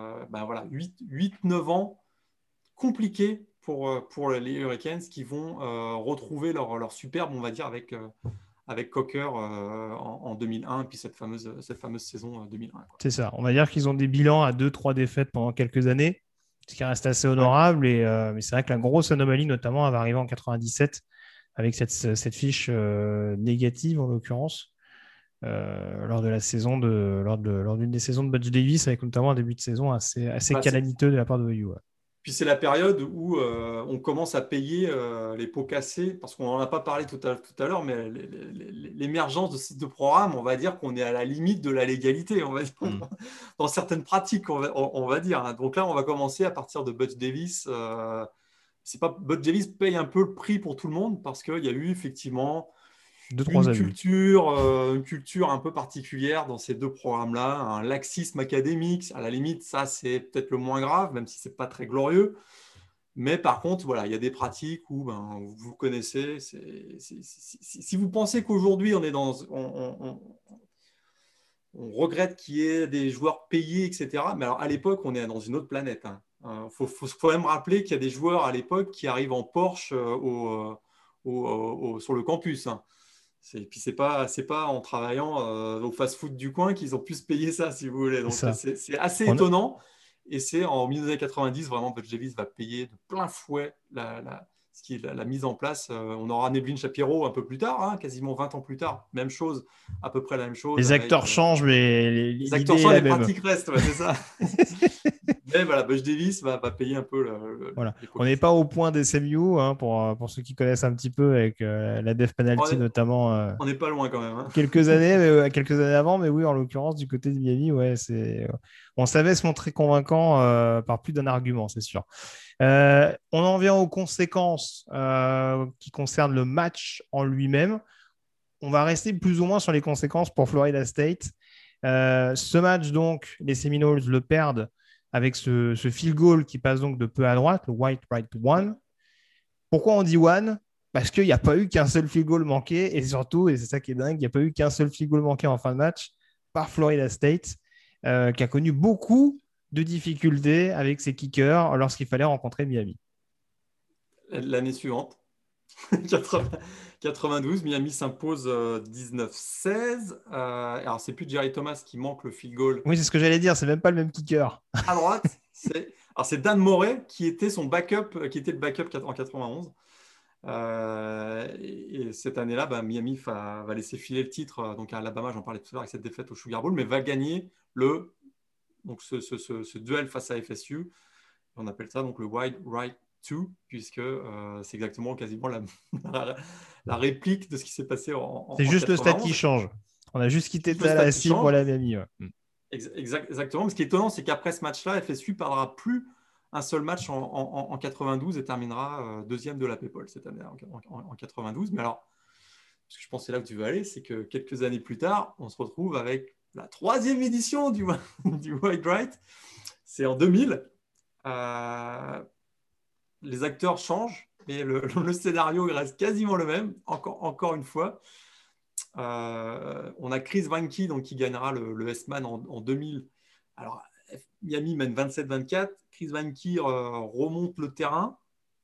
8-9 ans compliqués pour les Hurricanes qui vont retrouver leur superbe, on va dire, avec Cocker en 2001 et puis cette fameuse saison 2001. Quoi. C'est ça. On va dire qu'ils ont des bilans à 2-3 défaites pendant quelques années. ce qui reste assez honorable. Mais c'est vrai que la grosse anomalie, notamment, elle va arriver en 97 avec cette fiche négative, en l'occurrence, lors d'une des saisons de Butch Davis, avec notamment un début de saison assez Bah, calamiteux de la part de OU. Ouais. puis c'est la période où on commence à payer les pots cassés, parce qu'on n'en a pas parlé tout à l'heure, mais l'émergence de ces deux programmes, on va dire qu'on est à la limite de la légalité, on va dire, Mm. dans certaines pratiques, on va dire. Hein. Donc là, on va commencer à partir de Butch Davis. C'est pas Butch Davis paye un peu le prix pour tout le monde, parce qu'il y a eu effectivement Deux, trois abus. une culture un peu particulière dans ces deux programmes-là, un laxisme académique. À la limite, ça, c'est peut-être le moins grave, même si c'est pas très glorieux. Mais par contre, voilà, il y a des pratiques où ben, vous connaissez. Si vous pensez qu'aujourd'hui, on est on regrette qu'il y ait des joueurs payés, etc. Mais alors, à l'époque, on est dans une autre planète. Il faut quand même rappeler qu'il y a des joueurs à l'époque qui arrivent en Porsche sur le campus. Hein. Puis c'est pas en travaillant au fast-food du coin qu'ils ont pu se payer ça, si vous voulez. C'est Donc ça. c'est assez On a- étonnant. Et c'est en 1990, vraiment, Butch Davis va payer de plein fouet la mise en place. On aura Nevin Shapiro un peu plus tard, hein, quasiment 20 ans plus tard. Même chose, à peu près la même chose Les avec acteurs changent, mais les acteurs l'idée est changent, la les même. pratiques restent, ouais, c'est ça. Mais voilà, Butch Davis va payer un peu Voilà. les pots On n'est cassés. pas au point des SMU, hein, pour ceux qui connaissent un petit peu, avec la Death Penalty notamment. On n'est pas loin quand même. Hein. Quelques années avant, mais oui, en l'occurrence, du côté de Miami, ouais, on savait se montrer convaincant par plus d'un argument, c'est sûr. On en vient aux conséquences qui concernent le match en lui-même. On va rester plus ou moins sur les conséquences pour Florida State. Ce match, donc, les Seminoles le perdent avec ce field goal qui passe donc de peu à droite, le white right one. Pourquoi on dit one? Parce qu'il n'y a pas eu qu'un seul field goal manqué, et surtout, et c'est ça qui est dingue, il n'y a pas eu qu'un seul field goal manqué en fin de match par Florida State, qui a connu beaucoup de difficultés avec ses kickers lorsqu'il fallait rencontrer Miami. L'année suivante, 92, Miami s'impose 19-16. Alors, c'est plus Jerry Thomas qui manque le field goal Oui, c'est ce que j'allais dire, c'est même pas le même kicker. à droite. C'est Dan Morey qui était son backup, qui était le backup en 91. Et cette année-là, bah, Miami va laisser filer le titre. Donc à Alabama, j'en parlais tout à l'heure avec cette défaite au Sugar Bowl, mais va gagner ce duel face à FSU. On appelle ça donc le Wide Right 2, puisque c'est exactement quasiment la réplique de ce qui s'est passé C'est en juste le stade qui 91. change. On a juste quitté Juste le stade qui Tallahassee pour change. aller à Miami. Ouais. Exactement. Mais ce qui est étonnant, c'est qu'après ce match-là, FSU ne perdra plus un seul match en 92 et terminera deuxième de la PayPal cette année en 92. Mais alors, ce que je pense que c'est là que tu veux aller, c'est que quelques années plus tard, on se retrouve avec la troisième édition du White Right. C'est en 2000. Les acteurs changent, mais le scénario il reste quasiment le même, encore une fois. On a Chris Weinke donc, qui gagnera le S-Man en 2000. Alors, Miami mène 27-24. Chris Weinke remonte le terrain,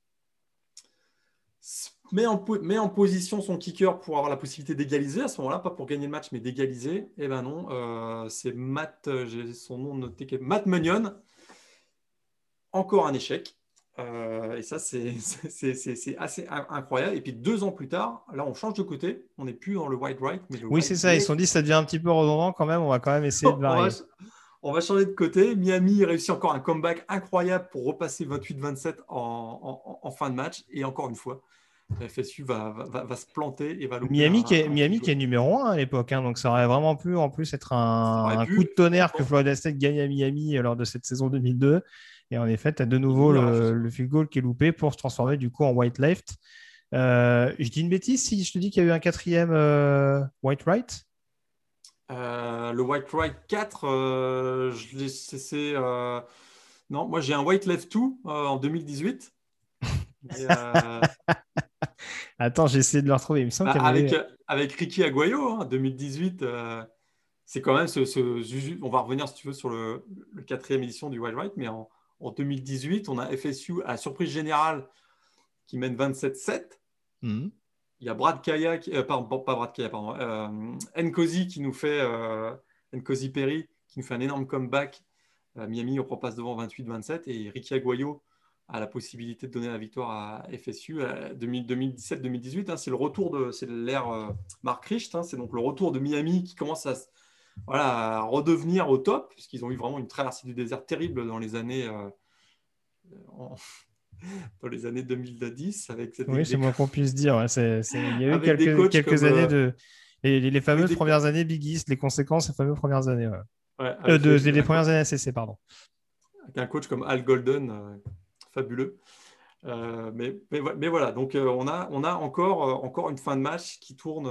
met en position son kicker pour avoir la possibilité d'égaliser à ce moment-là, pas pour gagner le match, mais d'égaliser. Eh ben non, c'est Matt, j'ai son nom noté, Matt Munyon. Encore un échec. Et ça, c'est assez incroyable. Et puis 2 ans plus tard, là, on change de côté. On n'est plus dans le white right, mais le Oui, white c'est ça. Ils se left. sont dit, ça devient un petit peu redondant quand même. On va quand même essayer de on, va, varier. on va changer de côté. Miami réussit encore un comeback incroyable pour repasser 28-27 en fin de match. Et encore une fois, FSU va se planter et va louper Miami qui est numéro 1 à l'époque. Hein, donc ça aurait vraiment pu en plus être Ça aurait un coup de pu, tonnerre que effectivement, Florida State gagne à Miami lors de cette saison 2002. Et en effet, tu as de nouveau Miami aurait fait ça. le field goal qui est loupé pour se transformer du coup en white left. Je dis une bêtise si je te dis qu'il y a eu un quatrième white right? Le White Right 4, non, moi j'ai un White Left 2 en 2018. Mais, Attends, j'ai essayé de le retrouver. Il me semble qu'il y avait eu. avec Ricky Aguayo, hein, 2018, c'est quand même on va revenir si tu veux sur le quatrième édition du White Right, mais en 2018, on a FSU à la surprise générale qui mène 27-7. Mhm. Il y a Brad Kaya, pardon, pas Brad Kaya, pardon, Nkosi qui nous fait Nkosi Perry qui nous fait un énorme comeback Miami repasse devant 28-27 et Ricky Aguayo a la possibilité de donner la victoire à FSU 2017-2018. C'est le retour c'est l'ère Mark Richt. C'est donc le retour de Miami qui commence à redevenir au top, puisqu'ils ont eu vraiment une traversée du désert terrible dans les années, dans les années 2010. Oui, c'est moins qu'on puisse dire. Ouais. Il y a eu avec des coachs quelques comme, années les fameuses premières années Big East, les conséquences des fameuses premières années. Les premières années ACC, pardon. Avec un coach comme Al Golden, fabuleux. Mais voilà, donc on a encore une fin de match qui tourne.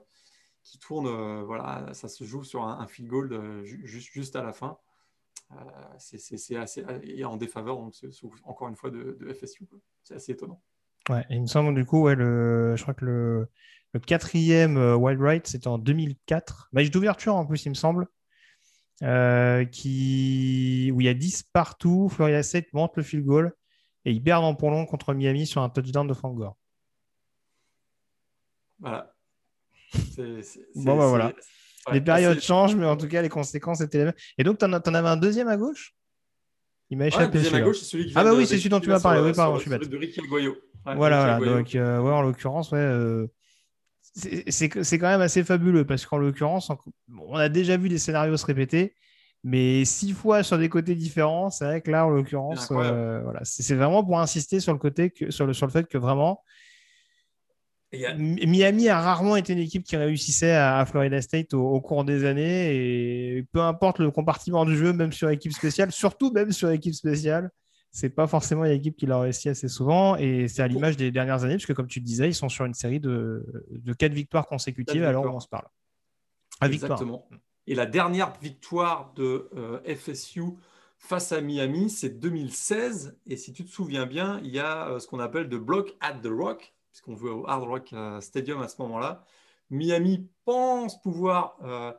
Voilà, ça se joue sur un field goal juste à la fin. C'est assez en défaveur, donc encore une fois de FSU. C'est assez étonnant. Ouais, il me semble du coup, je crois que le quatrième Wild Right, c'était en 2004. Match d'ouverture en plus, il me semble. Où il y a 10 partout, Florida State monte le field goal et ils perdent en prolonge contre Miami sur un touchdown de Frank Gore. Voilà. Voilà. Les périodes changent, mais en tout cas, les conséquences étaient les mêmes. Et donc, tu en avais un deuxième à gauche? Il m'a échappé. Le deuxième à gauche, c'est celui qui vient oui, c'est celui dont tu m'as parlé. Oui, pardon, je suis bête. De Ricky Aguayo. Voilà. Donc, en l'occurrence, c'est quand même assez fabuleux parce qu'en l'occurrence, on a déjà vu des scénarios se répéter, mais 6 fois sur des côtés différents. C'est vrai que là, en l'occurrence, c'est vraiment pour insister sur le fait que vraiment, Miami a rarement été une équipe qui réussissait à Florida State au cours des années, et peu importe le compartiment du jeu, même sur équipe spéciale, surtout même sur équipe spéciale, c'est pas forcément une équipe qui l'a réussi assez souvent, et c'est à l'image des dernières années, puisque comme tu disais, ils sont sur une série de 4 victoires consécutives alors où on se parle. Exactement. Et la dernière victoire de FSU face à Miami, c'est 2016, et si tu te souviens bien, il y a ce qu'on appelle de block at the Rock, puisqu'on jouait au Hard Rock Stadium à ce moment-là. Miami pense pouvoir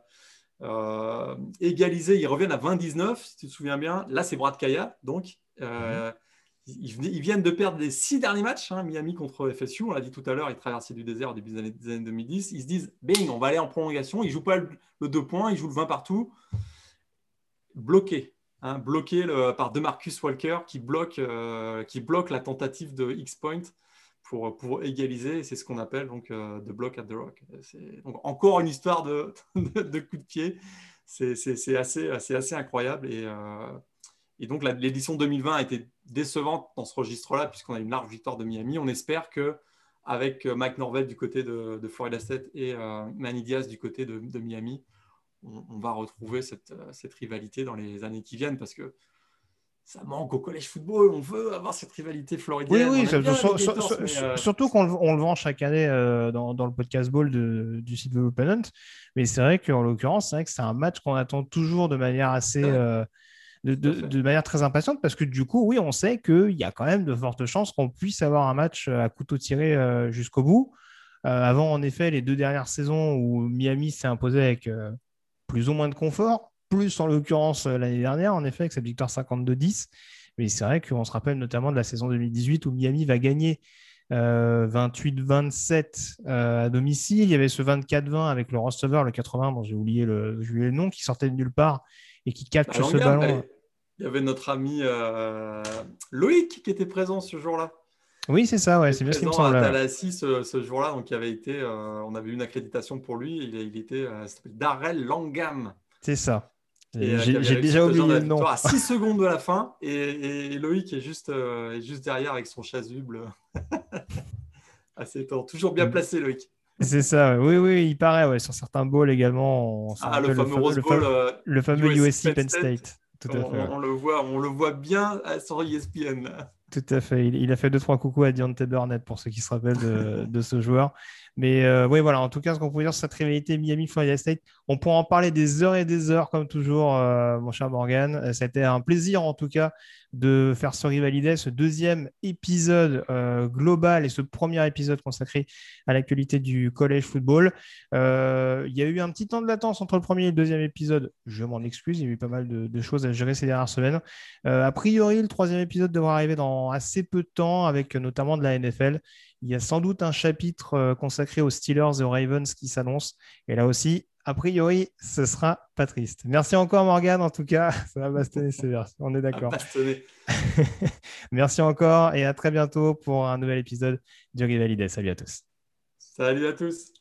égaliser. Ils reviennent à 20-19, si tu te souviens bien. Là, c'est Brad Kaaya. Donc, ils viennent de perdre les 6 derniers matchs. Miami contre FSU, on l'a dit tout à l'heure, ils traversaient du désert au début des années 2010. Ils se disent, bing, on va aller en prolongation. Ils ne jouent pas le 2 points, ils jouent le 20 partout. Bloqué. Bloqué par DeMarcus Walker qui bloque la tentative de X-Point pour égaliser. C'est ce qu'on appelle donc de block at the Rock. Donc, encore une histoire de coup de pied. C'est assez incroyable. Et donc, l'édition 2020 a été décevante dans ce registre-là, puisqu'on a une large victoire de Miami. On espère qu'avec Mike Norvell du côté de Florida State et Manny Diaz du côté de Miami, on va retrouver cette rivalité dans les années qui viennent, parce que ça manque au college football. On veut avoir cette rivalité floridienne. Oui, surtout qu'on le vend chaque année dans le podcast ball du site de Opponent. Mais c'est vrai qu'en l'occurrence, c'est un match qu'on attend toujours de manière assez... de manière très impatiente, parce que du coup, oui, on sait qu'il y a quand même de fortes chances qu'on puisse avoir un match à couteau tiré jusqu'au bout. Avant, en effet, les 2 dernières saisons où Miami s'est imposé avec plus ou moins de confort, plus en l'occurrence l'année dernière, en effet, avec cette victoire 52-10. Mais c'est vrai qu'on se rappelle notamment de la saison 2018 où Miami va gagner 28-27 à domicile. Il y avait ce 24-20 avec le receveur, le 80, dont j'ai oublié le nom, qui sortait de nulle part et qui capte ce ballon. Il y avait notre ami Loïc qui était présent ce jour-là. Oui, c'est ça, c'est bien ce qui me semble. À Tallahassee ce jour-là, donc il avait été, on avait une accréditation pour lui. Il était, s'appelle Darrell Langham. C'est ça. J'ai déjà oublié le nom. À 6 secondes de la fin, et Loïc est juste derrière avec son chasuble. Assez étonnant. Toujours bien placé, Loïc. C'est ça, oui, il paraît, sur certains bowls également. Le fameux Rose Bowl. Le fameux USC Penn State. Tout à fait. On le voit bien sur ESPN. Tout à fait. Il a fait 2-3 coucous à Deontay Burnett pour ceux qui se rappellent de ce joueur. Mais oui, voilà, en tout cas, ce qu'on peut dire sur cette rivalité Miami-Florida State, on pourra en parler des heures et des heures, comme toujours, mon cher Morgan. Ça a été un plaisir, en tout cas, de faire ce Rivaliday, ce deuxième épisode global et ce premier épisode consacré à l'actualité du college football. Il y a eu un petit temps de latence entre le premier et le deuxième épisode. Je m'en excuse, il y a eu pas mal de choses à gérer ces dernières semaines. A priori, le troisième épisode devra arriver dans assez peu de temps, avec notamment de la NFL. Il y a sans doute un chapitre consacré aux Steelers et aux Ravens qui s'annonce. Et là aussi, a priori, ce sera pas triste. Merci encore, Morgane, en tout cas. Ça va bastonner sévère, on est d'accord. Merci encore et à très bientôt pour un nouvel épisode du Rivalides. Salut à tous. Salut à tous.